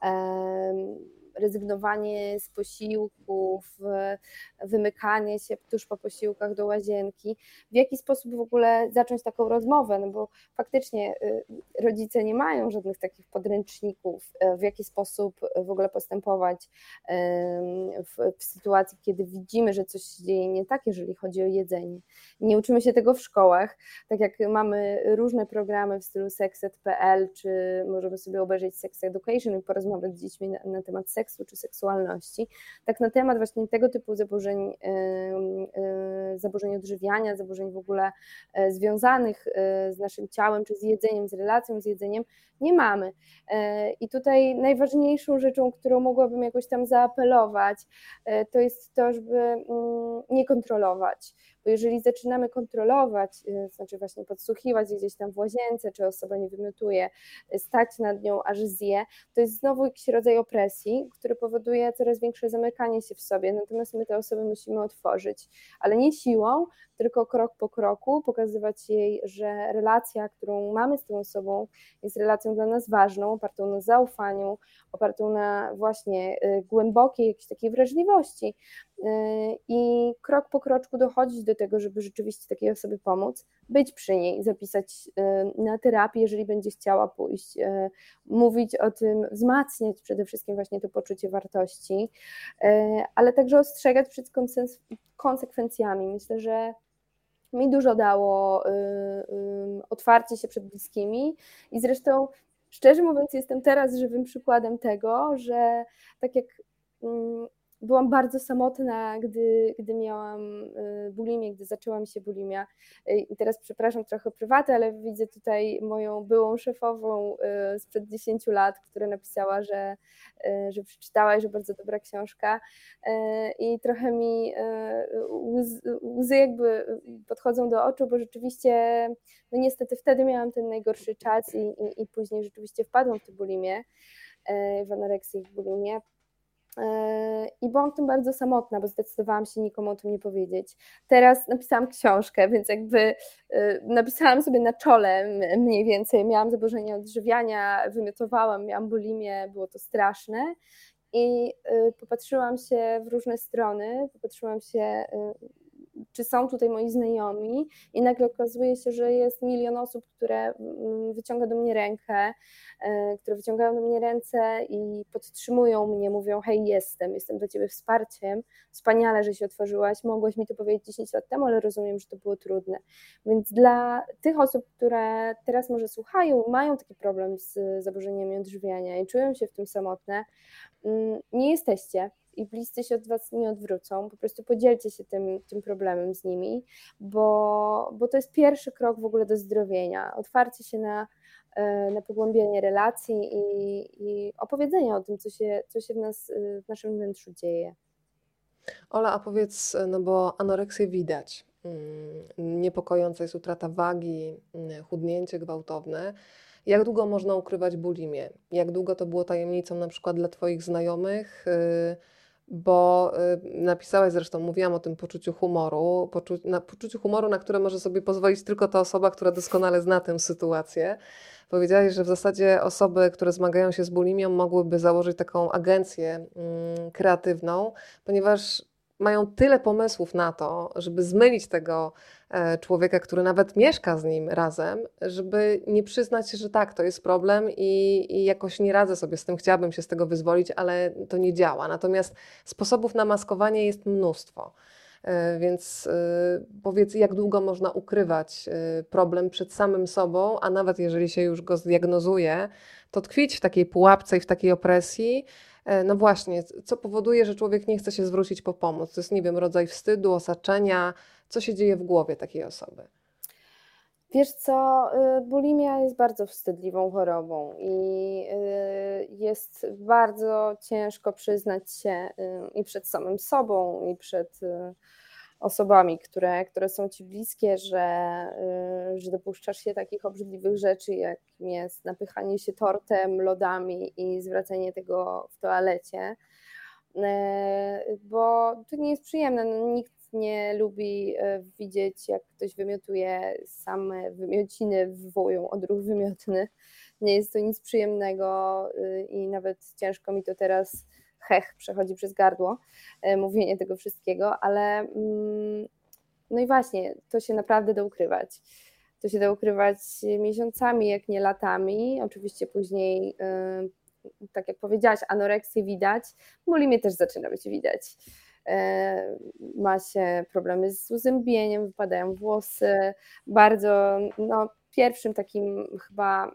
rezygnowanie z posiłków, wymykanie się tuż po posiłkach do łazienki, w jaki sposób w ogóle zacząć taką rozmowę, no bo faktycznie rodzice nie mają żadnych takich podręczników, w jaki sposób w ogóle postępować w sytuacji, kiedy widzimy, że coś się dzieje nie tak, jeżeli chodzi o jedzenie. Nie uczymy się tego w szkołach, tak jak mamy różne programy w stylu sexed.pl, czy możemy sobie obejrzeć Sex Education i porozmawiać z dziećmi na temat seksu czy seksualności, tak na temat właśnie tego typu zaburzeń odżywiania, zaburzeń w ogóle związanych z naszym ciałem, czy z jedzeniem, z relacją z jedzeniem, nie mamy. I tutaj najważniejszą rzeczą, którą mogłabym jakoś tam zaapelować, to jest to, żeby nie kontrolować. Bo jeżeli zaczynamy kontrolować, znaczy właśnie podsłuchiwać gdzieś tam w łazience, czy osoba nie wymiotuje, stać nad nią, aż zje, to jest znowu jakiś rodzaj opresji, który powoduje coraz większe zamykanie się w sobie. Natomiast my te osoby musimy otworzyć, ale nie siłą, tylko krok po kroku, pokazywać jej, że relacja, którą mamy z tą osobą, jest relacją dla nas ważną, opartą na zaufaniu, opartą na właśnie głębokiej jakiejś takiej wrażliwości i krok po kroczku dochodzić do tego, żeby rzeczywiście takiej osobie pomóc, być przy niej, zapisać na terapię, jeżeli będzie chciała pójść, mówić o tym, wzmacniać przede wszystkim właśnie to poczucie wartości, ale także ostrzegać przed konsekwencjami. Myślę, że mi dużo dało otwarcie się przed bliskimi i zresztą szczerze mówiąc jestem teraz żywym przykładem tego, że tak jak byłam bardzo samotna, gdy miałam bulimię, gdy zaczęła mi się bulimia. I teraz przepraszam trochę prywatę, ale widzę tutaj moją byłą szefową sprzed 10 lat, która napisała, że przeczytała i że bardzo dobra książka. I trochę mi łzy jakby podchodzą do oczu, bo rzeczywiście, no niestety wtedy miałam ten najgorszy czas i później rzeczywiście wpadłam w tę bulimię, w anoreksję i w bulimię. I byłam w tym bardzo samotna, bo zdecydowałam się nikomu o tym nie powiedzieć. Teraz napisałam książkę, więc jakby napisałam sobie na czole mniej więcej, miałam zaburzenia odżywiania, wymiotowałam, miałam bulimię, było to straszne i popatrzyłam się w różne strony, popatrzyłam się, czy są tutaj moi znajomi i nagle okazuje się, że jest milion osób, które wyciąga do mnie rękę, które wyciągają do mnie ręce i podtrzymują mnie, mówią: hej, jestem dla ciebie wsparciem, wspaniale, że się otworzyłaś, mogłaś mi to powiedzieć 10 lat temu, ale rozumiem, że to było trudne. Więc dla tych osób, które teraz może słuchają, mają taki problem z zaburzeniami odżywiania i czują się w tym samotne, nie jesteście i bliscy się od was nie odwrócą, po prostu podzielcie się tym problemem z nimi, bo to jest pierwszy krok w ogóle do zdrowienia, otwarcie się na pogłębianie relacji i opowiedzenie o tym, co się w naszym wnętrzu dzieje. Ola, a powiedz, no bo anoreksję widać. Niepokojąca jest utrata wagi, chudnięcie gwałtowne. Jak długo można ukrywać bulimię? Jak długo to było tajemnicą na przykład dla twoich znajomych? bo napisałaś, zresztą mówiłam o tym poczuciu humoru, poczuciu humoru, na które może sobie pozwolić tylko ta osoba, która doskonale zna tę sytuację. Powiedziałaś, że w zasadzie osoby, które zmagają się z bulimią, mogłyby założyć taką agencję kreatywną, ponieważ mają tyle pomysłów na to, żeby zmylić tego człowieka, który nawet mieszka z nim razem, żeby nie przyznać się, że tak, to jest problem i jakoś nie radzę sobie z tym, chciałabym się z tego wyzwolić, ale to nie działa. Natomiast sposobów na maskowanie jest mnóstwo. Więc powiedz, jak długo można ukrywać problem przed samym sobą, a nawet jeżeli się już go zdiagnozuje, to tkwić w takiej pułapce i w takiej opresji. No właśnie, co powoduje, że człowiek nie chce się zwrócić po pomoc? To jest, nie wiem, rodzaj wstydu, osaczenia. Co się dzieje w głowie takiej osoby? Wiesz co, bulimia jest bardzo wstydliwą chorobą i jest bardzo ciężko przyznać się i przed samym sobą, i przed osobami, które są ci bliskie, że dopuszczasz się takich obrzydliwych rzeczy, jakim jest napychanie się tortem, lodami i zwracanie tego w toalecie, bo to nie jest przyjemne. No, nikt nie lubi widzieć, jak ktoś wymiotuje, same wymiociny wywołują odruch wymiotny. Nie jest to nic przyjemnego i nawet ciężko mi to teraz przechodzi przez gardło, mówienie tego wszystkiego, ale no i właśnie, to się naprawdę da ukrywać. To się da ukrywać miesiącami, jak nie latami. Oczywiście później, tak jak powiedziałaś, anoreksję widać, bulimię też zaczyna być widać. Ma się problemy z uzębieniem, wypadają włosy. Bardzo, no, pierwszym takim chyba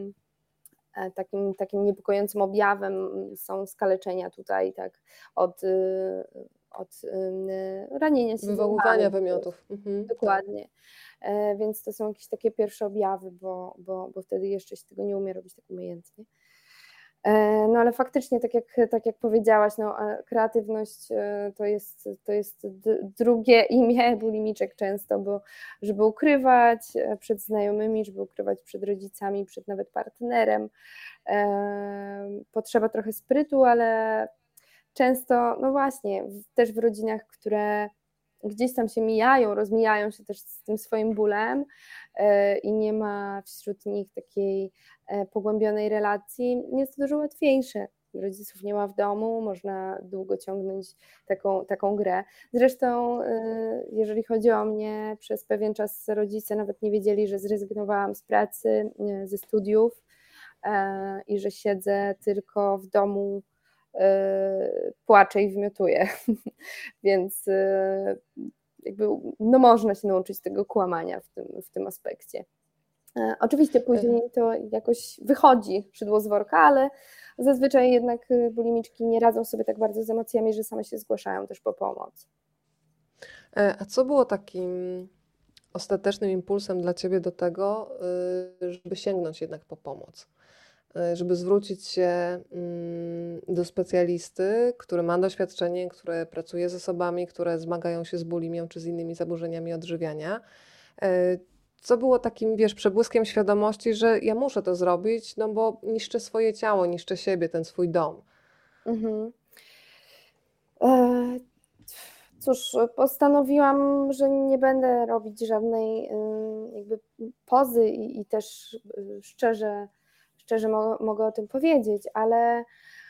takim niepokojącym objawem są skaleczenia tutaj, tak, od ranienia się Wywoływania zębami. wymiotów. Mhm, tak. Dokładnie. Więc to są jakieś takie pierwsze objawy, bo wtedy jeszcze się tego nie umie robić tak umiejętnie. No ale faktycznie, tak jak powiedziałaś, no, kreatywność to jest drugie imię bulimiczek często, bo żeby ukrywać przed znajomymi, żeby ukrywać przed rodzicami, przed nawet partnerem, potrzeba trochę sprytu, ale często, no właśnie, też w rodzinach, które gdzieś tam się mijają, rozmijają się też z tym swoim bólem i nie ma wśród nich takiej pogłębionej relacji, jest to dużo łatwiejsze. Rodziców nie ma w domu, można długo ciągnąć taką grę. Zresztą jeżeli chodzi o mnie, przez pewien czas rodzice nawet nie wiedzieli, że zrezygnowałam z pracy, ze studiów i że siedzę tylko w domu, płaczę i wymiotuję. Więc jakby no można się nauczyć tego kłamania w tym aspekcie. Oczywiście później to jakoś wychodzi szydło z worka, ale zazwyczaj jednak bulimiczki nie radzą sobie tak bardzo z emocjami, że same się zgłaszają też po pomoc. A co było takim ostatecznym impulsem dla Ciebie do tego, żeby sięgnąć jednak po pomoc? Żeby zwrócić się do specjalisty, który ma doświadczenie, który pracuje z osobami, które zmagają się z bulimią czy z innymi zaburzeniami odżywiania. Co było takim, wiesz, przebłyskiem świadomości, że ja muszę to zrobić, no bo niszczę swoje ciało, niszczę siebie, ten swój dom. Mhm. Cóż, postanowiłam, że nie będę robić żadnej jakby pozy i też szczerze mogę o tym powiedzieć, ale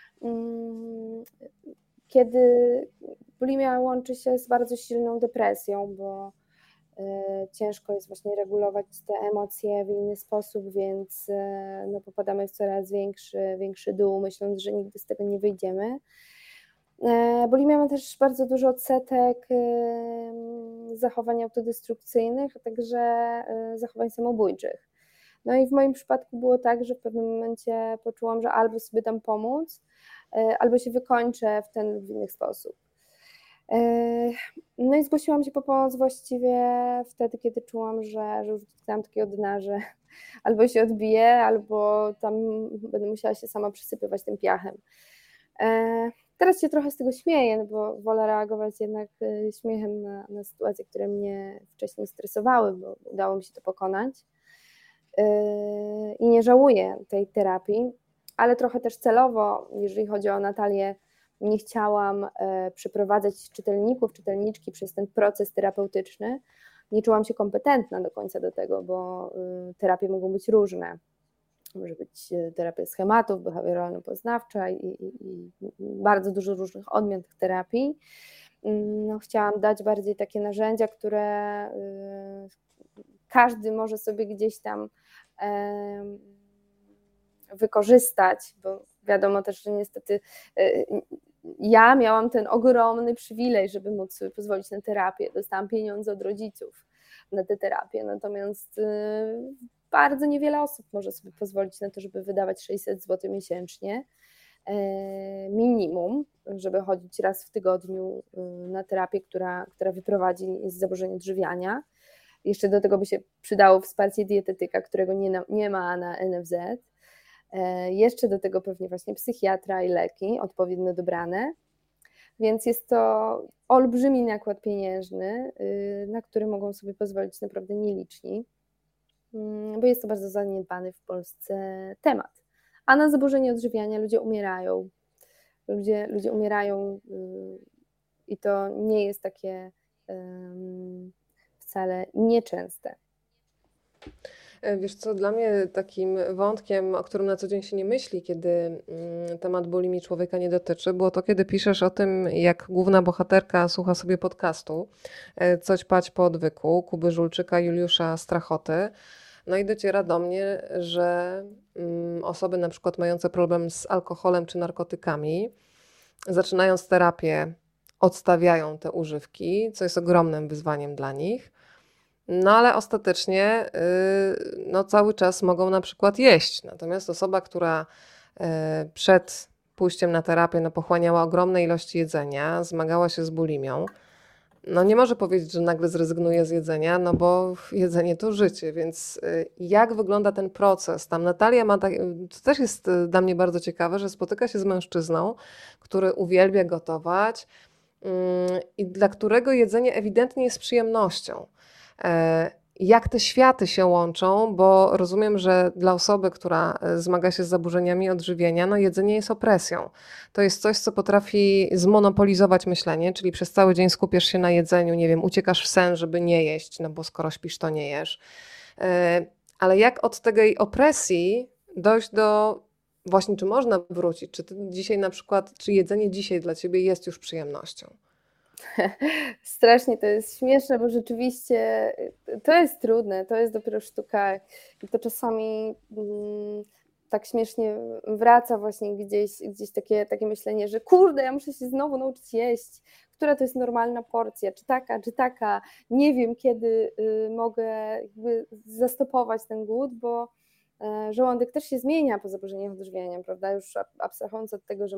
kiedy bulimia łączy się z bardzo silną depresją, bo ciężko jest właśnie regulować te emocje w inny sposób, więc no, popadamy w coraz większy dół, myśląc, że nigdy z tego nie wyjdziemy. Bulimia ma też bardzo dużo odsetek zachowań autodestrukcyjnych, a także zachowań samobójczych. No i w moim przypadku było tak, że w pewnym momencie poczułam, że albo sobie dam pomóc, albo się wykończę w ten lub w inny sposób. No i zgłosiłam się po pomoc właściwie wtedy, kiedy czułam, że już dotknęłam takiego dna, że albo się odbiję, albo tam będę musiała się sama przysypywać tym piachem. Teraz się trochę z tego śmieję, no bo wolę reagować jednak śmiechem na sytuacje, które mnie wcześniej stresowały, bo udało mi się to pokonać. I nie żałuję tej terapii, ale trochę też celowo, jeżeli chodzi o Natalię, nie chciałam przeprowadzać czytelników, czytelniczki przez ten proces terapeutyczny. Nie czułam się kompetentna do końca do tego, bo terapie mogą być różne. Może być terapia schematów, behawioralno-poznawcza i bardzo dużo różnych odmian tych terapii. No, chciałam dać bardziej takie narzędzia, które każdy może sobie gdzieś tam wykorzystać, bo wiadomo też, że niestety ja miałam ten ogromny przywilej, żeby móc sobie pozwolić na terapię. Dostałam pieniądze od rodziców na tę terapię, natomiast bardzo niewiele osób może sobie pozwolić na to, żeby wydawać 600 zł miesięcznie minimum, żeby chodzić raz w tygodniu na terapię, która wyprowadzi z zaburzeń odżywiania. Jeszcze do tego by się przydało wsparcie dietetyka, którego nie ma na NFZ. Jeszcze do tego pewnie właśnie psychiatra i leki odpowiednio dobrane. Więc jest to olbrzymi nakład pieniężny, na który mogą sobie pozwolić naprawdę nieliczni, bo jest to bardzo zaniedbany w Polsce temat. A na zaburzenie odżywiania ludzie umierają. Ludzie umierają i to nie jest takie wcale nieczęste. Wiesz co, dla mnie takim wątkiem, o którym na co dzień się nie myśli, kiedy temat bulimii człowieka nie dotyczy, było to, kiedy piszesz o tym, jak główna bohaterka słucha sobie podcastu Coś pać po odwyku Kuby Żulczyka, Juliusza Strachoty. No i dociera do mnie, że osoby na przykład mające problem z alkoholem czy narkotykami, zaczynając terapię, odstawiają te używki, co jest ogromnym wyzwaniem dla nich. No ale ostatecznie no, cały czas mogą na przykład jeść. Natomiast osoba, która przed pójściem na terapię no, pochłaniała ogromne ilości jedzenia, zmagała się z bulimią, no nie może powiedzieć, że nagle zrezygnuje z jedzenia, no bo jedzenie to życie, więc jak wygląda ten proces? Tam Natalia ma, to też jest dla mnie bardzo ciekawe, że spotyka się z mężczyzną, który uwielbia gotować i dla którego jedzenie ewidentnie jest przyjemnością. Jak te światy się łączą, bo rozumiem, że dla osoby, która zmaga się z zaburzeniami odżywienia, no jedzenie jest opresją. To jest coś, co potrafi zmonopolizować myślenie, czyli przez cały dzień skupiasz się na jedzeniu, nie wiem, uciekasz w sen, żeby nie jeść, no bo skoro śpisz, to nie jesz. Ale jak od tej opresji dojść do właśnie, czy można wrócić? Czy ty dzisiaj na przykład, czy jedzenie dzisiaj dla ciebie jest już przyjemnością? Strasznie to jest śmieszne, bo rzeczywiście to jest trudne, to jest dopiero sztuka i to czasami tak śmiesznie wraca właśnie gdzieś takie myślenie, że kurde, ja muszę się znowu nauczyć jeść, która to jest normalna porcja, czy taka, nie wiem kiedy mogę jakby zastopować ten głód, bo żołądek też się zmienia po zaburzeniach odżywiania, prawda? Już abstrahując od tego, że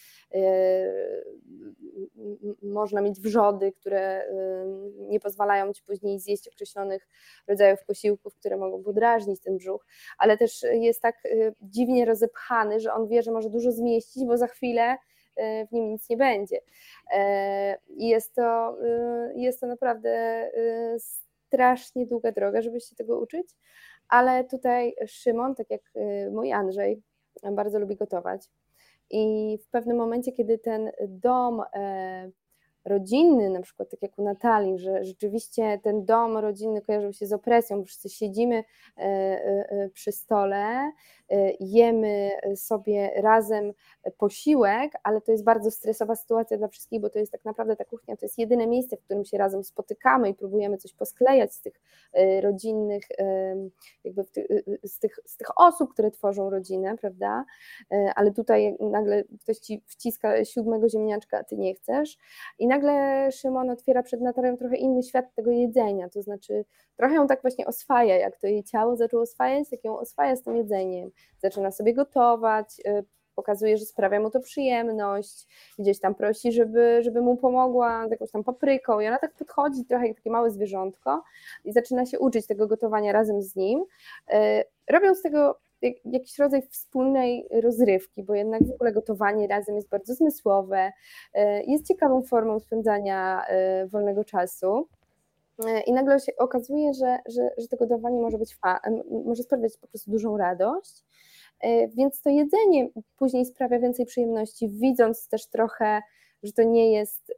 można mieć wrzody, które nie pozwalają ci później zjeść określonych rodzajów posiłków, które mogą podrażnić ten brzuch, ale też jest tak dziwnie rozepchany, że on wie, że może dużo zmieścić, bo za chwilę w nim nic nie będzie. I jest to naprawdę strasznie długa droga, żeby się tego uczyć, ale tutaj Szymon, tak jak mój Andrzej, bardzo lubi gotować i w pewnym momencie, kiedy ten dom rodzinny, na przykład tak jak u Natalii, że rzeczywiście ten dom rodzinny kojarzył się z opresją, bo wszyscy siedzimy przy stole, jemy sobie razem posiłek, ale to jest bardzo stresowa sytuacja dla wszystkich, bo to jest tak naprawdę ta kuchnia, to jest jedyne miejsce, w którym się razem spotykamy i próbujemy coś posklejać z tych rodzinnych, jakby z tych osób, które tworzą rodzinę, prawda? Ale tutaj nagle ktoś ci wciska 7 ziemniaczka, a ty nie chcesz. I nagle Szymon otwiera przed Natalią trochę inny świat tego jedzenia, to znaczy trochę ją tak właśnie oswaja, jak to jej ciało zaczęło oswajać, tak ją oswaja z tym jedzeniem. Zaczyna sobie gotować, pokazuje, że sprawia mu to przyjemność, gdzieś tam prosi, żeby mu pomogła z jakąś tam papryką i ona tak podchodzi trochę jak takie małe zwierzątko i zaczyna się uczyć tego gotowania razem z nim. Robią z tego jakiś rodzaj wspólnej rozrywki, bo jednak w ogóle gotowanie razem jest bardzo zmysłowe, jest ciekawą formą spędzania wolnego czasu i nagle się okazuje, że to gotowanie może sprawiać po prostu dużą radość Więc to jedzenie później sprawia więcej przyjemności, widząc też trochę, że to nie jest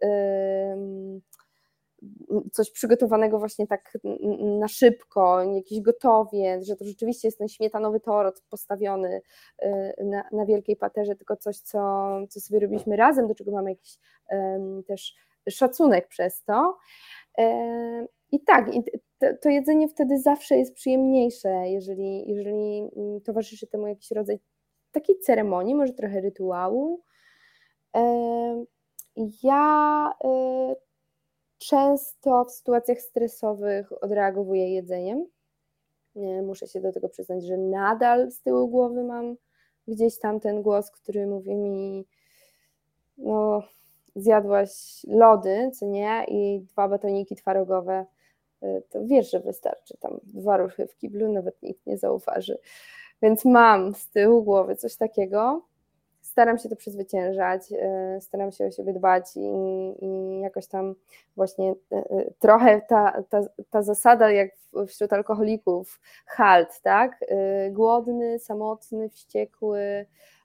coś przygotowanego właśnie tak na szybko, jakiś gotowiec, że to rzeczywiście jest ten śmietanowy tort postawiony na wielkiej paterze, tylko coś, co sobie robiliśmy razem, do czego mamy jakiś też szacunek przez to. I tak, to jedzenie wtedy zawsze jest przyjemniejsze, jeżeli towarzyszy temu jakiś rodzaj takiej ceremonii, może trochę rytuału. Ja często w sytuacjach stresowych odreagowuję jedzeniem. Muszę się do tego przyznać, że nadal z tyłu głowy mam gdzieś tam ten głos, który mówi mi, no zjadłaś lody, co nie, i 2 batoniki twarogowe, to wiesz, że wystarczy, tam 2 ruchy w kiblu, nawet nikt nie zauważy. Więc mam z tyłu głowy coś takiego. Staram się to przezwyciężać, staram się o siebie dbać i jakoś tam właśnie trochę ta zasada jak wśród alkoholików, halt, tak? Głodny, samotny, wściekły,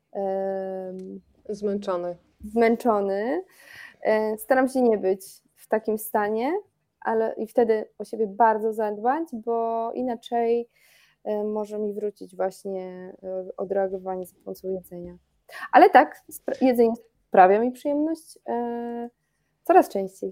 zmęczony. Staram się nie być w takim stanie, ale i wtedy o siebie bardzo zadbać, bo inaczej może mi wrócić właśnie odreagowanie za pomocą jedzenia. Ale tak, jedzenie sprawia mi przyjemność coraz częściej.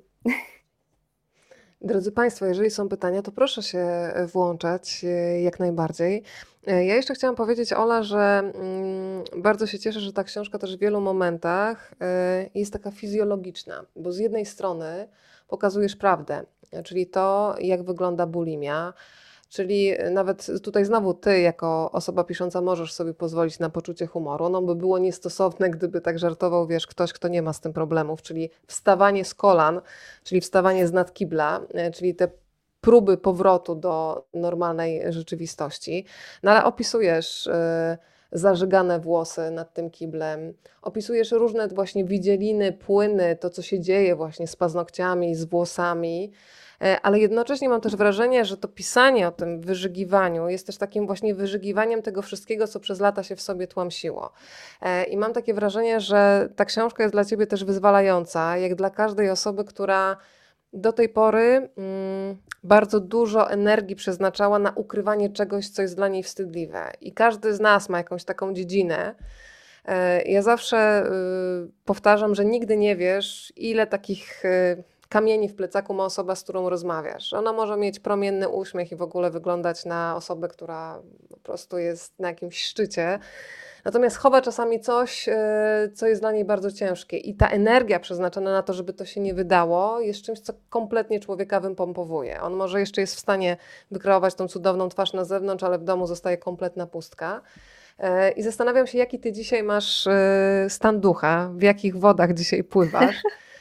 Drodzy Państwo, jeżeli są pytania, to proszę się włączać jak najbardziej. Ja jeszcze chciałam powiedzieć, Ola, że bardzo się cieszę, że ta książka też w wielu momentach jest taka fizjologiczna, bo z jednej strony pokazujesz prawdę, czyli to, jak wygląda bulimia, czyli nawet tutaj znowu ty, jako osoba pisząca, możesz sobie pozwolić na poczucie humoru. Ono by było niestosowne, gdyby tak żartował, wiesz, ktoś, kto nie ma z tym problemów, czyli wstawanie z kolan, czyli wstawanie z nad kibla, czyli te próby powrotu do normalnej rzeczywistości. No ale opisujesz zażygane włosy nad tym kiblem, opisujesz różne właśnie widzieliny, płyny, to co się dzieje właśnie z paznokciami, z włosami, ale jednocześnie mam też wrażenie, że to pisanie o tym wyżygiwaniu jest też takim właśnie wyżygiwaniem tego wszystkiego, co przez lata się w sobie tłamsiło. I mam takie wrażenie, że ta książka jest dla ciebie też wyzwalająca, jak dla każdej osoby, która do tej pory bardzo dużo energii przeznaczała na ukrywanie czegoś, co jest dla niej wstydliwe. I każdy z nas ma jakąś taką dziedzinę. Ja zawsze powtarzam, że nigdy nie wiesz, ile takich kamieni w plecaku ma osoba, z którą rozmawiasz. Ona może mieć promienny uśmiech i w ogóle wyglądać na osobę, która po prostu jest na jakimś szczycie. Natomiast chowa czasami coś, co jest dla niej bardzo ciężkie. I ta energia przeznaczona na to, żeby to się nie wydało, jest czymś, co kompletnie człowieka wypompowuje. On może jeszcze jest w stanie wykreować tą cudowną twarz na zewnątrz, ale w domu zostaje kompletna pustka. I zastanawiam się, jaki ty dzisiaj masz stan ducha, w jakich wodach dzisiaj pływasz.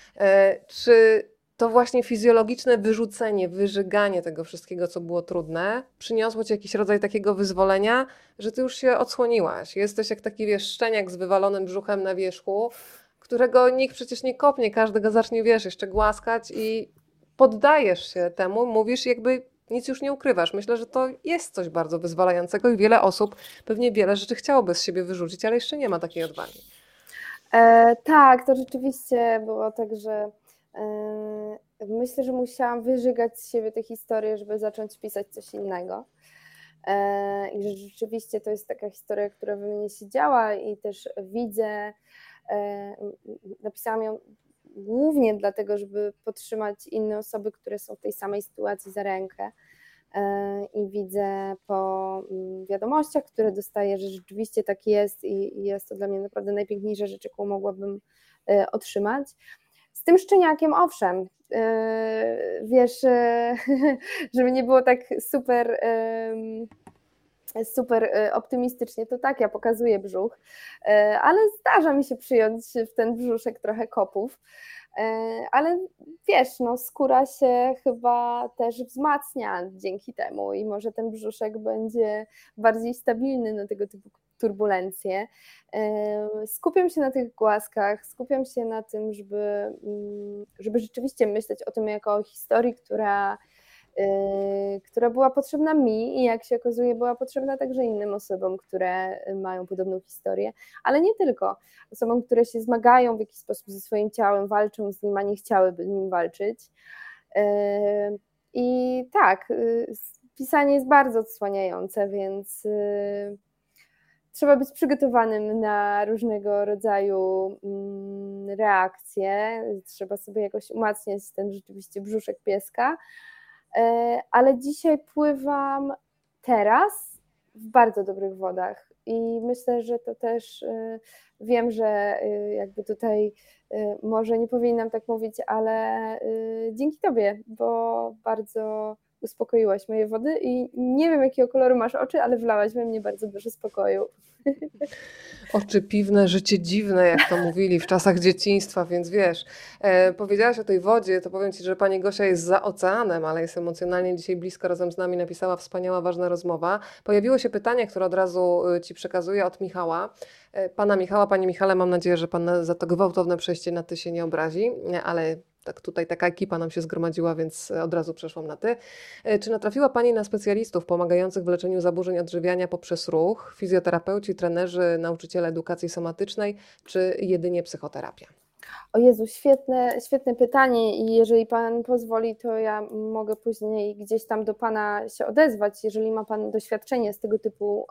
Czy to właśnie fizjologiczne wyrzucenie, wyżyganie tego wszystkiego, co było trudne, przyniosło ci jakiś rodzaj takiego wyzwolenia, że ty już się odsłoniłaś. Jesteś jak taki, wiesz, szczeniak z wywalonym brzuchem na wierzchu, którego nikt przecież nie kopnie, każdy go zacznie, wiesz, jeszcze głaskać i poddajesz się temu, mówisz, jakby nic już nie ukrywasz. Myślę, że to jest coś bardzo wyzwalającego i wiele osób pewnie wiele rzeczy chciałoby z siebie wyrzucić, ale jeszcze nie ma takiej odwagi. Tak, to rzeczywiście było tak, że myślę, że musiałam wyżygać z siebie tę historię, żeby zacząć pisać coś innego. I że rzeczywiście to jest taka historia, która we mnie się działa i też widzę, napisałam ją głównie dlatego, żeby podtrzymać inne osoby, które są w tej samej sytuacji za rękę. I widzę po wiadomościach, które dostaję, że rzeczywiście tak jest i jest to dla mnie naprawdę najpiękniejsza rzecz, jaką mogłabym otrzymać. Z tym szczeniakiem, owszem, wiesz, żeby nie było tak super optymistycznie, to tak, ja pokazuję brzuch, ale zdarza mi się przyjąć w ten brzuszek trochę kopów, ale wiesz, no skóra się chyba też wzmacnia dzięki temu i może ten brzuszek będzie bardziej stabilny na tego typu turbulencje. Skupiam się na tych głaskach, skupiam się na tym, żeby rzeczywiście myśleć o tym jako o historii, która która była potrzebna mi i jak się okazuje była potrzebna także innym osobom, które mają podobną historię, ale nie tylko, osobom, które się zmagają w jakiś sposób ze swoim ciałem, walczą z nim, a nie chciałyby z nim walczyć. I tak, pisanie jest bardzo odsłaniające, więc trzeba być przygotowanym na różnego rodzaju reakcje, trzeba sobie jakoś umacniać ten rzeczywiście brzuszek pieska, ale dzisiaj pływam teraz w bardzo dobrych wodach i myślę, że to też wiem, że jakby tutaj może nie powinnam tak mówić, ale dzięki Tobie, bo bardzo uspokoiłaś moje wody i nie wiem, jakiego koloru masz oczy, ale wlałaś we mnie bardzo dużo spokoju. Oczy piwne, życie dziwne, jak to mówili w czasach dzieciństwa, więc wiesz, powiedziałaś o tej wodzie, to powiem Ci, że pani Gosia jest za oceanem, ale jest emocjonalnie dzisiaj blisko razem z nami, napisała wspaniała, ważna rozmowa. Pojawiło się pytanie, które od razu Ci przekazuję od Michała. Pana Michała, Panie Michale, mam nadzieję, że Pan za to gwałtowne przejście na Ty się nie obrazi, ale tak tutaj taka ekipa nam się zgromadziła, więc od razu przeszłam na Ty. Czy natrafiła Pani na specjalistów pomagających w leczeniu zaburzeń odżywiania poprzez ruch, fizjoterapeuci, trenerzy, nauczyciele edukacji somatycznej, czy jedynie psychoterapia? O Jezu, świetne pytanie i jeżeli Pan pozwoli, to ja mogę później gdzieś tam do Pana się odezwać, jeżeli ma Pan doświadczenie z tego typu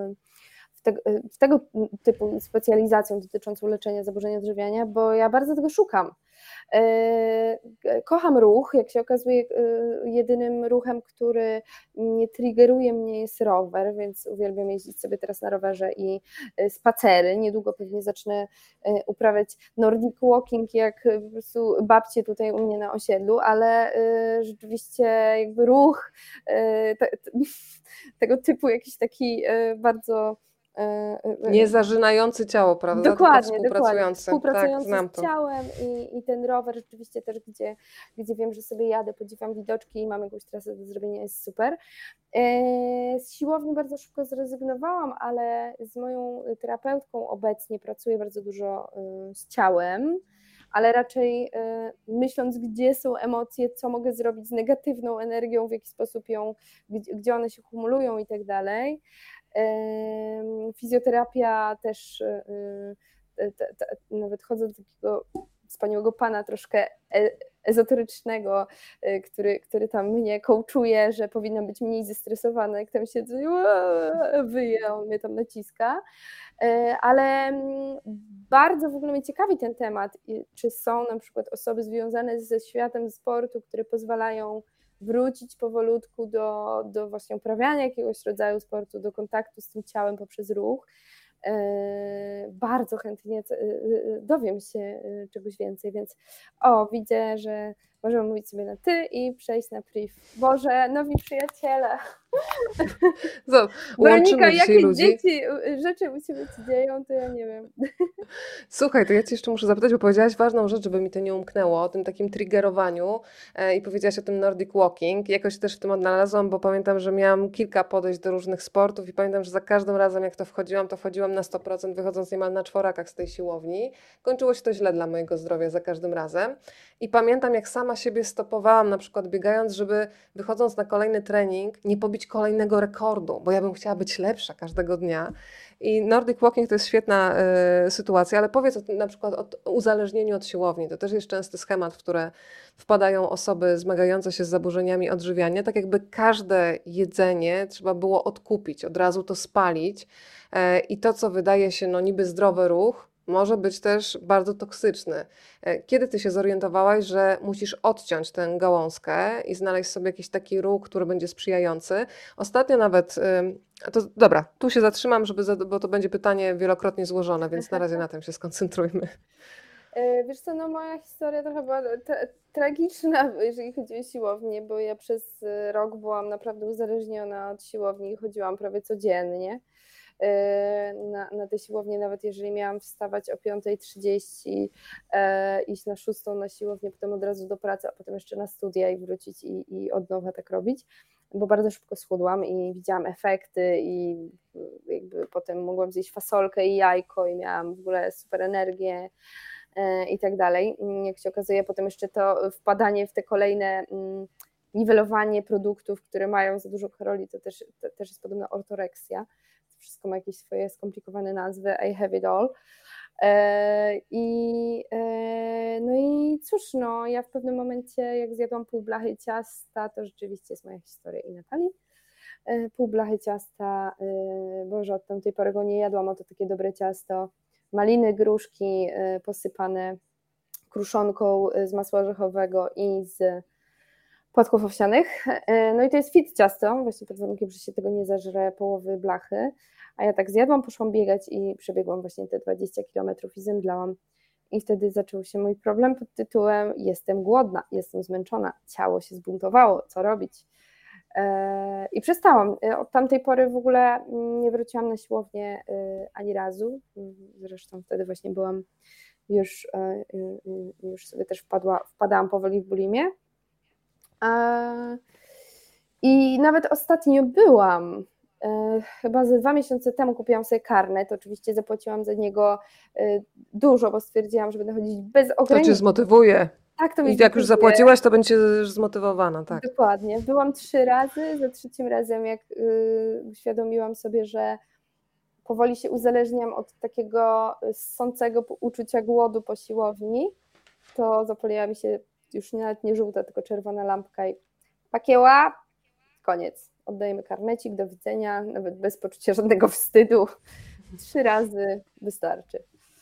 specjalizacją dotyczącą leczenia zaburzeń odżywiania, bo ja bardzo tego szukam. Kocham ruch, jak się okazuje, jedynym ruchem, który nie triggeruje mnie, jest rower, więc uwielbiam jeździć sobie teraz na rowerze i spacery. Niedługo pewnie zacznę uprawiać Nordic walking, jak po prostu babcie tutaj u mnie na osiedlu, ale rzeczywiście jakby ruch tego typu jakiś taki bardzo Nie zażynający ciało, prawda? Dokładnie, Tylko współpracujący. Współpracujący Tak, znam z to. ciałem i ten rower rzeczywiście też, gdzie wiem, że sobie jadę, podziwiam widoczki i mam jakąś trasę do zrobienia, jest super. Z siłowni bardzo szybko zrezygnowałam, ale z moją terapeutką obecnie pracuję bardzo dużo z ciałem, ale raczej myśląc, gdzie są emocje, co mogę zrobić z negatywną energią, w jaki sposób ją, gdzie one się kumulują i tak dalej. Fizjoterapia też, nawet chodzę do takiego wspaniałego pana troszkę ezoterycznego, który tam mnie coachuje, że powinnam być mniej zestresowana, jak tam siedzę, wyje, on mnie tam naciska, ale bardzo w ogóle mnie ciekawi ten temat, czy są na przykład osoby związane ze światem sportu, które pozwalają wrócić powolutku do właśnie uprawiania jakiegoś rodzaju sportu, do kontaktu z tym ciałem poprzez ruch. Bardzo chętnie dowiem się czegoś więcej, więc widzę, że możemy mówić sobie na ty i przejść na priv. Boże, nowi przyjaciele. Weronika, jakie ludzi. rzeczy u Ciebie się dzieją, to ja nie wiem. Słuchaj, to ja Cię jeszcze muszę zapytać, bo powiedziałaś ważną rzecz, żeby mi to nie umknęło, o tym takim triggerowaniu i powiedziałaś o tym Nordic Walking. Jakoś też w tym odnalazłam, bo pamiętam, że miałam kilka podejść do różnych sportów i pamiętam, że za każdym razem jak to wchodziłam na 100%, wychodząc niemal na czworakach z tej siłowni. Kończyło się to źle dla mojego zdrowia za każdym razem. I pamiętam, jak sama siebie stopowałam, na przykład biegając, żeby wychodząc na kolejny trening, nie pobić kolejnego rekordu, bo ja bym chciała być lepsza każdego dnia. I Nordic Walking to jest świetna sytuacja, ale powiedz na przykład o uzależnieniu od siłowni. To też jest częsty schemat, w które wpadają osoby zmagające się z zaburzeniami odżywiania. Tak jakby każde jedzenie trzeba było odkupić, od razu to spalić i to, co wydaje się niby zdrowy ruch, może być też bardzo toksyczny. Kiedy Ty się zorientowałaś, że musisz odciąć tę gałązkę i znaleźć sobie jakiś taki ruch, który będzie sprzyjający? Ostatnio nawet, to dobra, tu się zatrzymam, bo to będzie pytanie wielokrotnie złożone, więc na razie na tym się skoncentrujmy. Wiesz co, moja historia trochę była tragiczna, jeżeli chodzi o siłownię, bo ja przez rok byłam naprawdę uzależniona od siłowni i chodziłam prawie codziennie na tę siłownię, nawet jeżeli miałam wstawać o 5:30, iść na 6 na siłownię, potem od razu do pracy, a potem jeszcze na studia i wrócić i od nowa tak robić, bo bardzo szybko schudłam i widziałam efekty i jakby potem mogłam zjeść fasolkę i jajko i miałam w ogóle super energię i tak dalej. Jak się okazuje, potem jeszcze to wpadanie w te kolejne niwelowanie produktów, które mają za dużo kalori, to też jest podobna ortoreksja. Wszystko ma jakieś swoje skomplikowane nazwy, I have it all. No i cóż, no ja w pewnym momencie, jak zjadłam pół blachy ciasta, to rzeczywiście jest moja historia i Natalii. Pół blachy ciasta, Boże, od tamtej pory go nie jadłam, oto takie dobre ciasto, maliny, gruszki posypane kruszonką z masła orzechowego i z płatków owsianych. No i to jest fit ciasto, właśnie pod warunkiem, że się tego nie zażre połowy blachy. A ja tak zjadłam, poszłam biegać i przebiegłam właśnie te 20 kilometrów i zemdlałam. I wtedy zaczął się mój problem pod tytułem: jestem głodna, jestem zmęczona, ciało się zbuntowało, co robić? I przestałam. Od tamtej pory w ogóle nie wróciłam na siłownię ani razu. Zresztą wtedy właśnie byłam już sobie też wpadałam powoli w bulimię. I nawet ostatnio byłam, chyba ze 2 miesiące temu kupiłam sobie karnet, oczywiście zapłaciłam za niego dużo, bo stwierdziłam, że będę chodzić bez ograniczeń. To cię zmotywuje. Tak, to mnie I jak już zapłaciłaś, to będziesz zmotywowana, tak. Dokładnie. Byłam 3 razy, za 3. razem jak uświadomiłam sobie, że powoli się uzależniam od takiego ssącego uczucia głodu po siłowni, to zapaliła mi się już nawet nie żółta, tylko czerwona lampka i pakieła, koniec. Oddajemy karnecik, do widzenia, nawet bez poczucia żadnego wstydu. 3 razy wystarczy.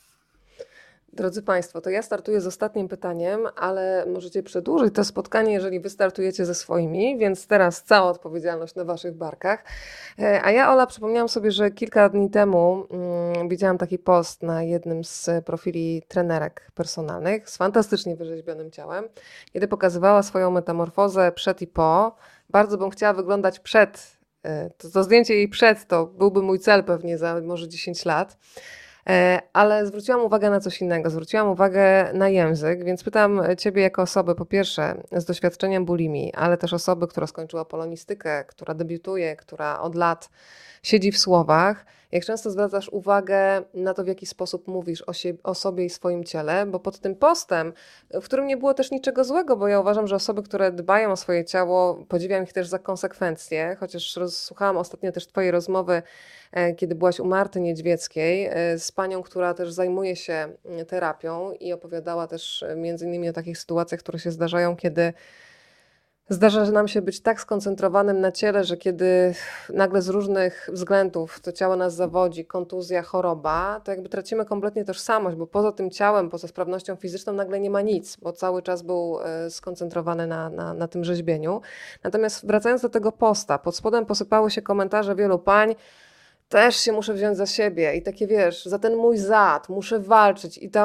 Drodzy Państwo, to ja startuję z ostatnim pytaniem, ale możecie przedłużyć to spotkanie, jeżeli wy startujecie ze swoimi, więc teraz cała odpowiedzialność na Waszych barkach. A ja, Ola, przypomniałam sobie, że kilka dni temu widziałam taki post na jednym z profili trenerek personalnych z fantastycznie wyrzeźbionym ciałem, kiedy pokazywała swoją metamorfozę przed i po. Bardzo bym chciała wyglądać przed. To zdjęcie jej przed to byłby mój cel pewnie za może 10 lat. Ale zwróciłam uwagę na coś innego, zwróciłam uwagę na język, więc pytam Ciebie jako osobę, po pierwsze z doświadczeniem bulimii, ale też osoby, która skończyła polonistykę, która debiutuje, która od lat siedzi w słowach, jak często zwracasz uwagę na to, w jaki sposób mówisz o sobie i swoim ciele, bo pod tym postem, w którym nie było też niczego złego, bo ja uważam, że osoby, które dbają o swoje ciało, podziwiam ich też za konsekwencje, chociaż słuchałam ostatnio też Twojej rozmowy, kiedy byłaś u Marty Niedźwieckiej, z panią, która też zajmuje się terapią i opowiadała też między innymi o takich sytuacjach, które się zdarzają, kiedy zdarza nam się być tak skoncentrowanym na ciele, że kiedy nagle z różnych względów to ciało nas zawodzi, kontuzja, choroba, to jakby tracimy kompletnie tożsamość, bo poza tym ciałem, poza sprawnością fizyczną nagle nie ma nic, bo cały czas był skoncentrowany na tym rzeźbieniu. Natomiast wracając do tego posta, pod spodem posypały się komentarze wielu pań: też się muszę wziąć za siebie i takie, wiesz, za ten mój zad, muszę walczyć i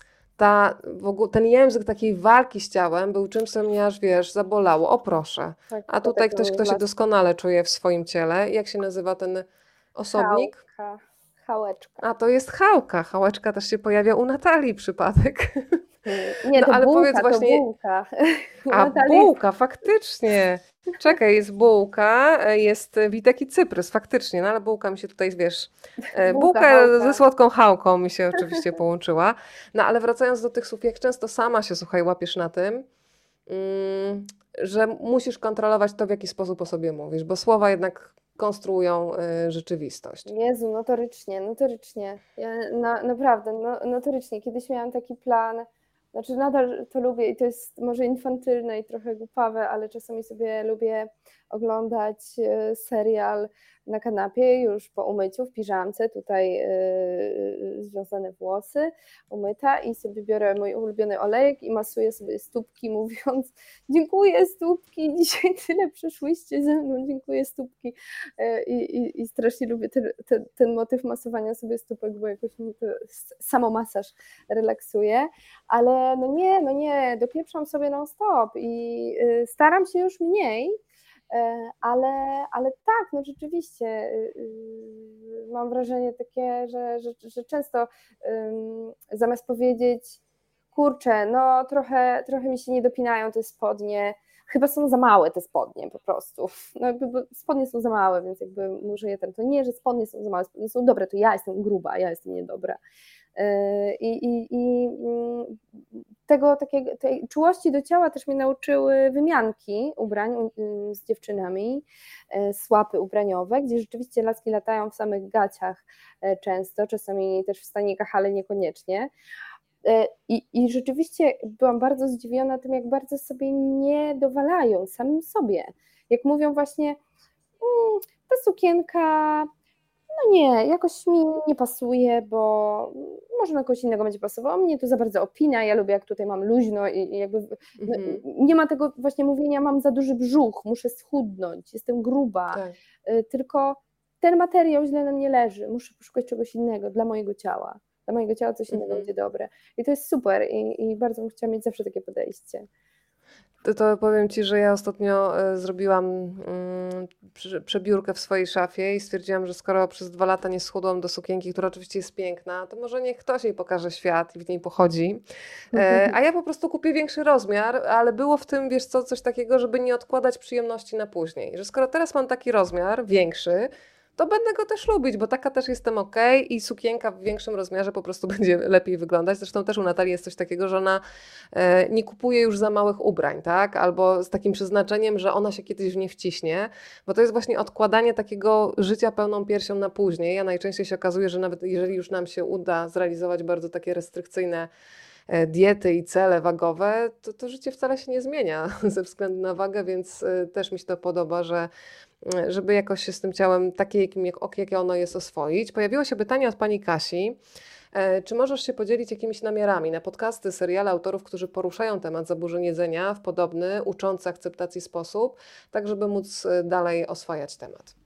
w ogóle ten język takiej walki z ciałem był czymś, co mnie aż, wiesz, zabolało. O proszę. Tak, a tutaj ktoś, kto się doskonale czuje w swoim ciele. Jak się nazywa ten osobnik? Chałeczka. A to jest Chałka. Chałeczka też się pojawia u Natalii przypadek. Nie, no, to ale bułka, powiedz właśnie. To bułka. A bułka, faktycznie. Czekaj, jest bułka, jest Witek i Cyprys, faktycznie, no ale bułka mi się tutaj, wiesz, bułka ze słodką chałką mi się oczywiście połączyła. No ale wracając do tych słów, jak często sama się, słuchaj, łapiesz na tym, że musisz kontrolować to, w jaki sposób o sobie mówisz, bo słowa jednak konstruują rzeczywistość. Jezu, notorycznie. Ja naprawdę, notorycznie. Kiedyś miałam taki plan. Znaczy nadal to lubię i to jest może infantylne i trochę głupawe, ale czasami sobie lubię oglądać serial na kanapie już po umyciu, w piżamce, tutaj związane włosy, umyta i sobie biorę mój ulubiony olejek i masuję sobie stópki, mówiąc: dziękuję stópki, dzisiaj tyle przeszłyście ze mną, dziękuję stópki. I strasznie lubię ten motyw masowania sobie stópek, bo jakoś mi to samomasaż relaksuje, ale no nie, dopieprzam sobie non stop i staram się już mniej, ale tak, no rzeczywiście mam wrażenie takie, że często zamiast powiedzieć: kurczę, no trochę mi się nie dopinają te spodnie, chyba są za małe te spodnie po prostu, no bo spodnie są za małe, więc jakby muszę je to nie, że spodnie są za małe, spodnie są dobre, to ja jestem gruba, ja jestem niedobra. Tej czułości do ciała też mnie nauczyły wymianki ubrań z dziewczynami, słapy ubraniowe, gdzie rzeczywiście laski latają w samych gaciach często, czasami też w stanikach, ale niekoniecznie. I rzeczywiście byłam bardzo zdziwiona tym, jak bardzo sobie nie dowalają samym sobie. Jak mówią właśnie, ta sukienka, no nie, jakoś mi nie pasuje, bo może na kogoś innego będzie pasowało, mnie to za bardzo opina, ja lubię jak tutaj mam luźno i jakby nie ma tego właśnie mówienia, mam za duży brzuch, muszę schudnąć, jestem gruba, Tak. tylko ten materiał źle na mnie leży, muszę poszukać czegoś innego dla mojego ciała. Dla mojego ciała coś innego będzie dobre. I to jest super i bardzo bym chciała mieć zawsze takie podejście. To powiem Ci, że ja ostatnio zrobiłam przebiórkę w swojej szafie i stwierdziłam, że skoro przez 2 lata nie schudłam do sukienki, która oczywiście jest piękna, to może niech ktoś jej pokaże świat i w niej pochodzi. A ja po prostu kupię większy rozmiar, ale było w tym, wiesz co, coś takiego, żeby nie odkładać przyjemności na później. Że skoro teraz mam taki rozmiar większy, to będę go też lubić, bo taka też jestem okej i sukienka w większym rozmiarze po prostu będzie lepiej wyglądać. Zresztą też u Natalii jest coś takiego, że ona nie kupuje już za małych ubrań, tak? Albo z takim przeznaczeniem, że ona się kiedyś w nie wciśnie, bo to jest właśnie odkładanie takiego życia pełną piersią na później. A najczęściej się okazuje, że nawet jeżeli już nam się uda zrealizować bardzo takie restrykcyjne diety i cele wagowe, to życie wcale się nie zmienia ze względu na wagę, więc też mi się to podoba, żeby jakoś się z tym ciałem takie, jakie ono jest, oswoić. Pojawiło się pytanie od pani Kasi. Czy możesz się podzielić jakimiś namiarami na podcasty, seriale autorów, którzy poruszają temat zaburzeń jedzenia w podobny, uczący akceptacji sposób, tak żeby móc dalej oswajać temat?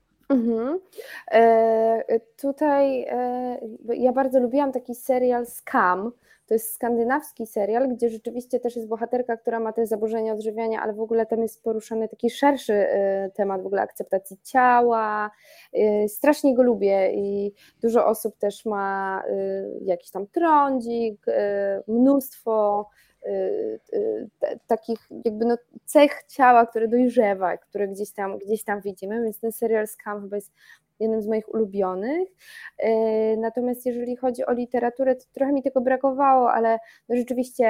Tutaj ja bardzo lubiłam taki serial Scam. To jest skandynawski serial, gdzie rzeczywiście też jest bohaterka, która ma te zaburzenia odżywiania, ale w ogóle tam jest poruszany taki szerszy temat w ogóle akceptacji ciała. Strasznie go lubię i dużo osób też ma jakiś tam trądzik, mnóstwo takich jakby cech ciała, które dojrzewa, które gdzieś tam widzimy, więc ten serial Scam chyba jest jednym z moich ulubionych. Natomiast jeżeli chodzi o literaturę, to trochę mi tego brakowało, ale rzeczywiście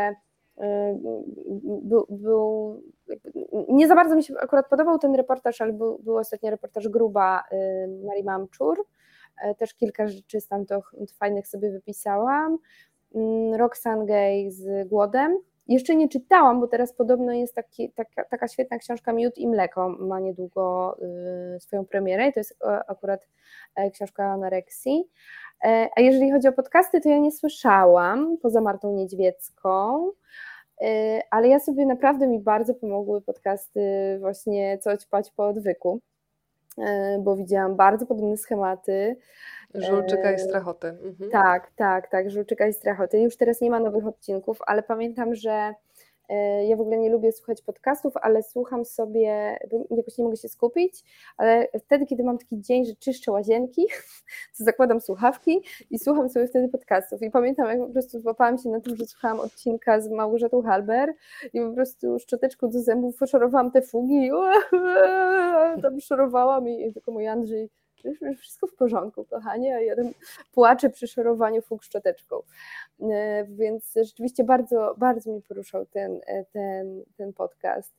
nie za bardzo mi się akurat podobał ten reportaż, ale był ostatnio reportaż Gruba Marii Mamczur. Też kilka rzeczy stamtąd fajnych sobie wypisałam. Roxane Gay z Głodem. Jeszcze nie czytałam, bo teraz podobno jest taka świetna książka Miód i mleko, ma niedługo swoją premierę i to jest akurat książka o anoreksji. A jeżeli chodzi o podcasty, to ja nie słyszałam, poza Martą Niedźwiecką, ale ja sobie naprawdę mi bardzo pomogły podcasty właśnie Co ćpać po odwyku, bo widziałam bardzo podobne schematy. Żulczyka i Strachoty. Tak, Żulczyka i Strachoty. Już teraz nie ma nowych odcinków, ale pamiętam, że ja w ogóle nie lubię słuchać podcastów, ale słucham sobie, bo jakoś nie mogę się skupić, ale wtedy, kiedy mam taki dzień, że czyszczę łazienki, to zakładam słuchawki i słucham sobie wtedy podcastów. I pamiętam, jak po prostu złapałam się na tym, że słuchałam odcinka z Małgorzatą Halber i po prostu szczoteczką do zębów szorowałam te fugi i tam szorowałam i tylko mój Andrzej: wszystko w porządku, kochanie, a ja płaczę przy szorowaniu fug szczoteczką. Więc rzeczywiście bardzo, bardzo mi poruszał ten podcast.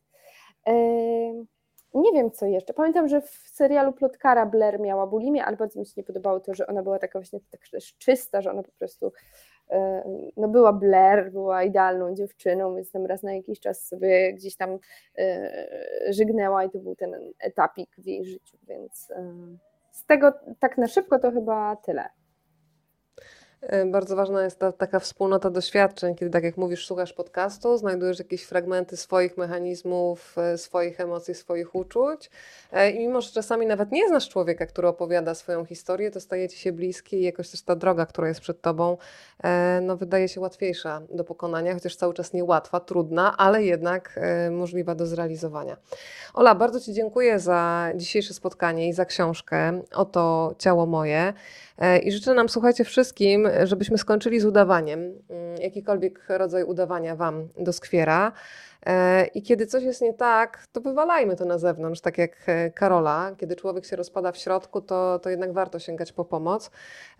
Nie wiem, co jeszcze. Pamiętam, że w serialu Plotkara Blair miała bulimię, ale bardzo mi się nie podobało to, że ona była taka właśnie tak czysta, że ona po prostu była Blair, była idealną dziewczyną, więc tam raz na jakiś czas sobie gdzieś tam żygnęła i to był ten etapik w jej życiu, więc z tego tak na szybko to chyba tyle. Bardzo ważna jest taka wspólnota doświadczeń, kiedy, tak jak mówisz, słuchasz podcastu, znajdujesz jakieś fragmenty swoich mechanizmów, swoich emocji, swoich uczuć i mimo, że czasami nawet nie znasz człowieka, który opowiada swoją historię, to staje ci się bliski i jakoś też ta droga, która jest przed tobą, wydaje się łatwiejsza do pokonania, chociaż cały czas niełatwa, trudna, ale jednak możliwa do zrealizowania. Ola, bardzo Ci dziękuję za dzisiejsze spotkanie i za książkę Oto ciało moje. I życzę nam, słuchajcie, wszystkim, żebyśmy skończyli z udawaniem. Jakikolwiek rodzaj udawania Wam doskwiera. I kiedy coś jest nie tak, to wywalajmy to na zewnątrz, tak jak Karola. Kiedy człowiek się rozpada w środku, to jednak warto sięgać po pomoc.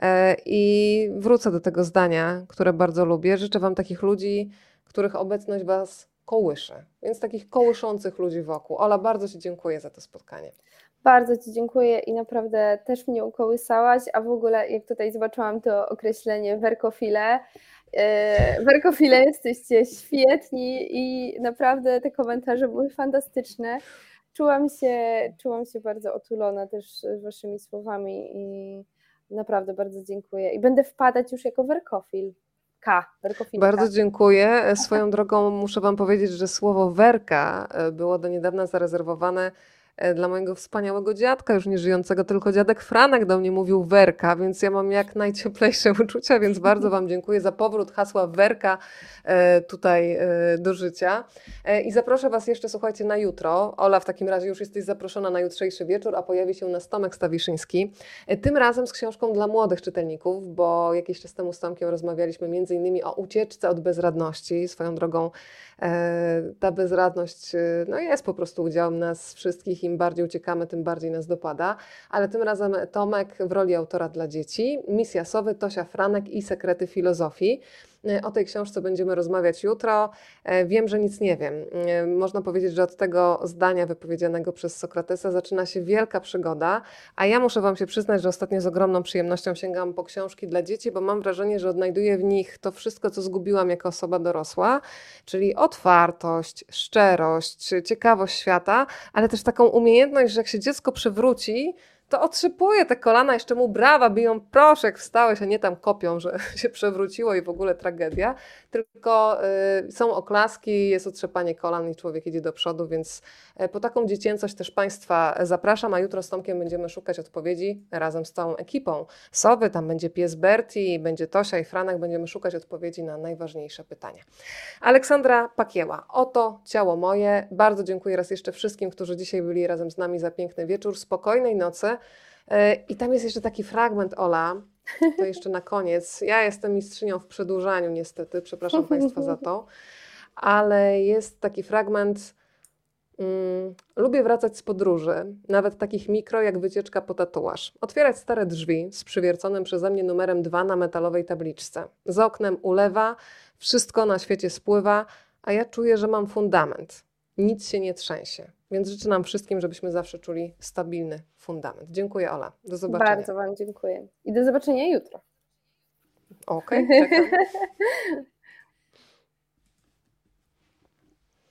I wrócę do tego zdania, które bardzo lubię. Życzę Wam takich ludzi, których obecność Was kołysze. Więc takich kołyszących ludzi wokół. Ola, bardzo Ci dziękuję za to spotkanie. Bardzo Ci dziękuję i naprawdę też mnie ukołysałaś, a w ogóle jak tutaj zobaczyłam to określenie werkofile, werkofile jesteście świetni i naprawdę te komentarze były fantastyczne. Czułam się bardzo otulona też Waszymi słowami i naprawdę bardzo dziękuję. I będę wpadać już jako werkofil. Werkofilka. Bardzo dziękuję. Swoją drogą muszę Wam powiedzieć, że słowo werka było do niedawna zarezerwowane dla mojego wspaniałego dziadka, już nie żyjącego, tylko dziadek Franek do mnie mówił werka, więc ja mam jak najcieplejsze uczucia, więc bardzo Wam dziękuję za powrót hasła werka tutaj do życia. I zaproszę Was jeszcze, słuchajcie, na jutro. Ola, w takim razie już jesteś zaproszona na jutrzejszy wieczór, a pojawi się u nas Tomek Stawiszyński. Tym razem z książką dla młodych czytelników, bo jakiś czas temu z Tomkiem rozmawialiśmy m.in. o ucieczce od bezradności. Swoją drogą ta bezradność no jest po prostu udziałem nas wszystkich. Im bardziej uciekamy, tym bardziej nas dopada. Ale tym razem Tomek w roli autora dla dzieci. Misja Sowy, Tosia Franek i Sekrety filozofii. O tej książce będziemy rozmawiać jutro. Wiem, że nic nie wiem. Można powiedzieć, że od tego zdania wypowiedzianego przez Sokratesa zaczyna się wielka przygoda, a ja muszę Wam się przyznać, że ostatnio z ogromną przyjemnością sięgam po książki dla dzieci, bo mam wrażenie, że odnajduję w nich to wszystko, co zgubiłam jako osoba dorosła, czyli otwartość, szczerość, ciekawość świata, ale też taką umiejętność, że jak się dziecko przewróci, to otrzypuje te kolana, jeszcze mu brawa, biją, proszę, jak wstałeś, a nie tam kopią, że się przewróciło i w ogóle tragedia, tylko są oklaski, jest otrzepanie kolan i człowiek idzie do przodu, więc po taką dziecięcość też Państwa zapraszam, a jutro z Tomkiem będziemy szukać odpowiedzi razem z całą ekipą Sowy, tam będzie pies Berti, będzie Tosia i Franek, będziemy szukać odpowiedzi na najważniejsze pytania. Aleksandra Pakieła, oto ciało moje. Bardzo dziękuję raz jeszcze wszystkim, którzy dzisiaj byli razem z nami za piękny wieczór, spokojnej nocy. I tam jest jeszcze taki fragment, Ola, to jeszcze na koniec. Ja jestem mistrzynią w przedłużaniu niestety, przepraszam Państwa za to, ale jest taki fragment, lubię wracać z podróży, nawet takich mikro jak wycieczka po tatuaż. Otwierać stare drzwi z przywierconym przeze mnie numerem 2 na metalowej tabliczce. Za oknem ulewa, wszystko na świecie spływa, a ja czuję, że mam fundament. Nic się nie trzęsie. Więc życzę nam wszystkim, żebyśmy zawsze czuli stabilny fundament. Dziękuję, Ola. Do zobaczenia. Bardzo Wam dziękuję. I do zobaczenia jutro. Okej, czekam.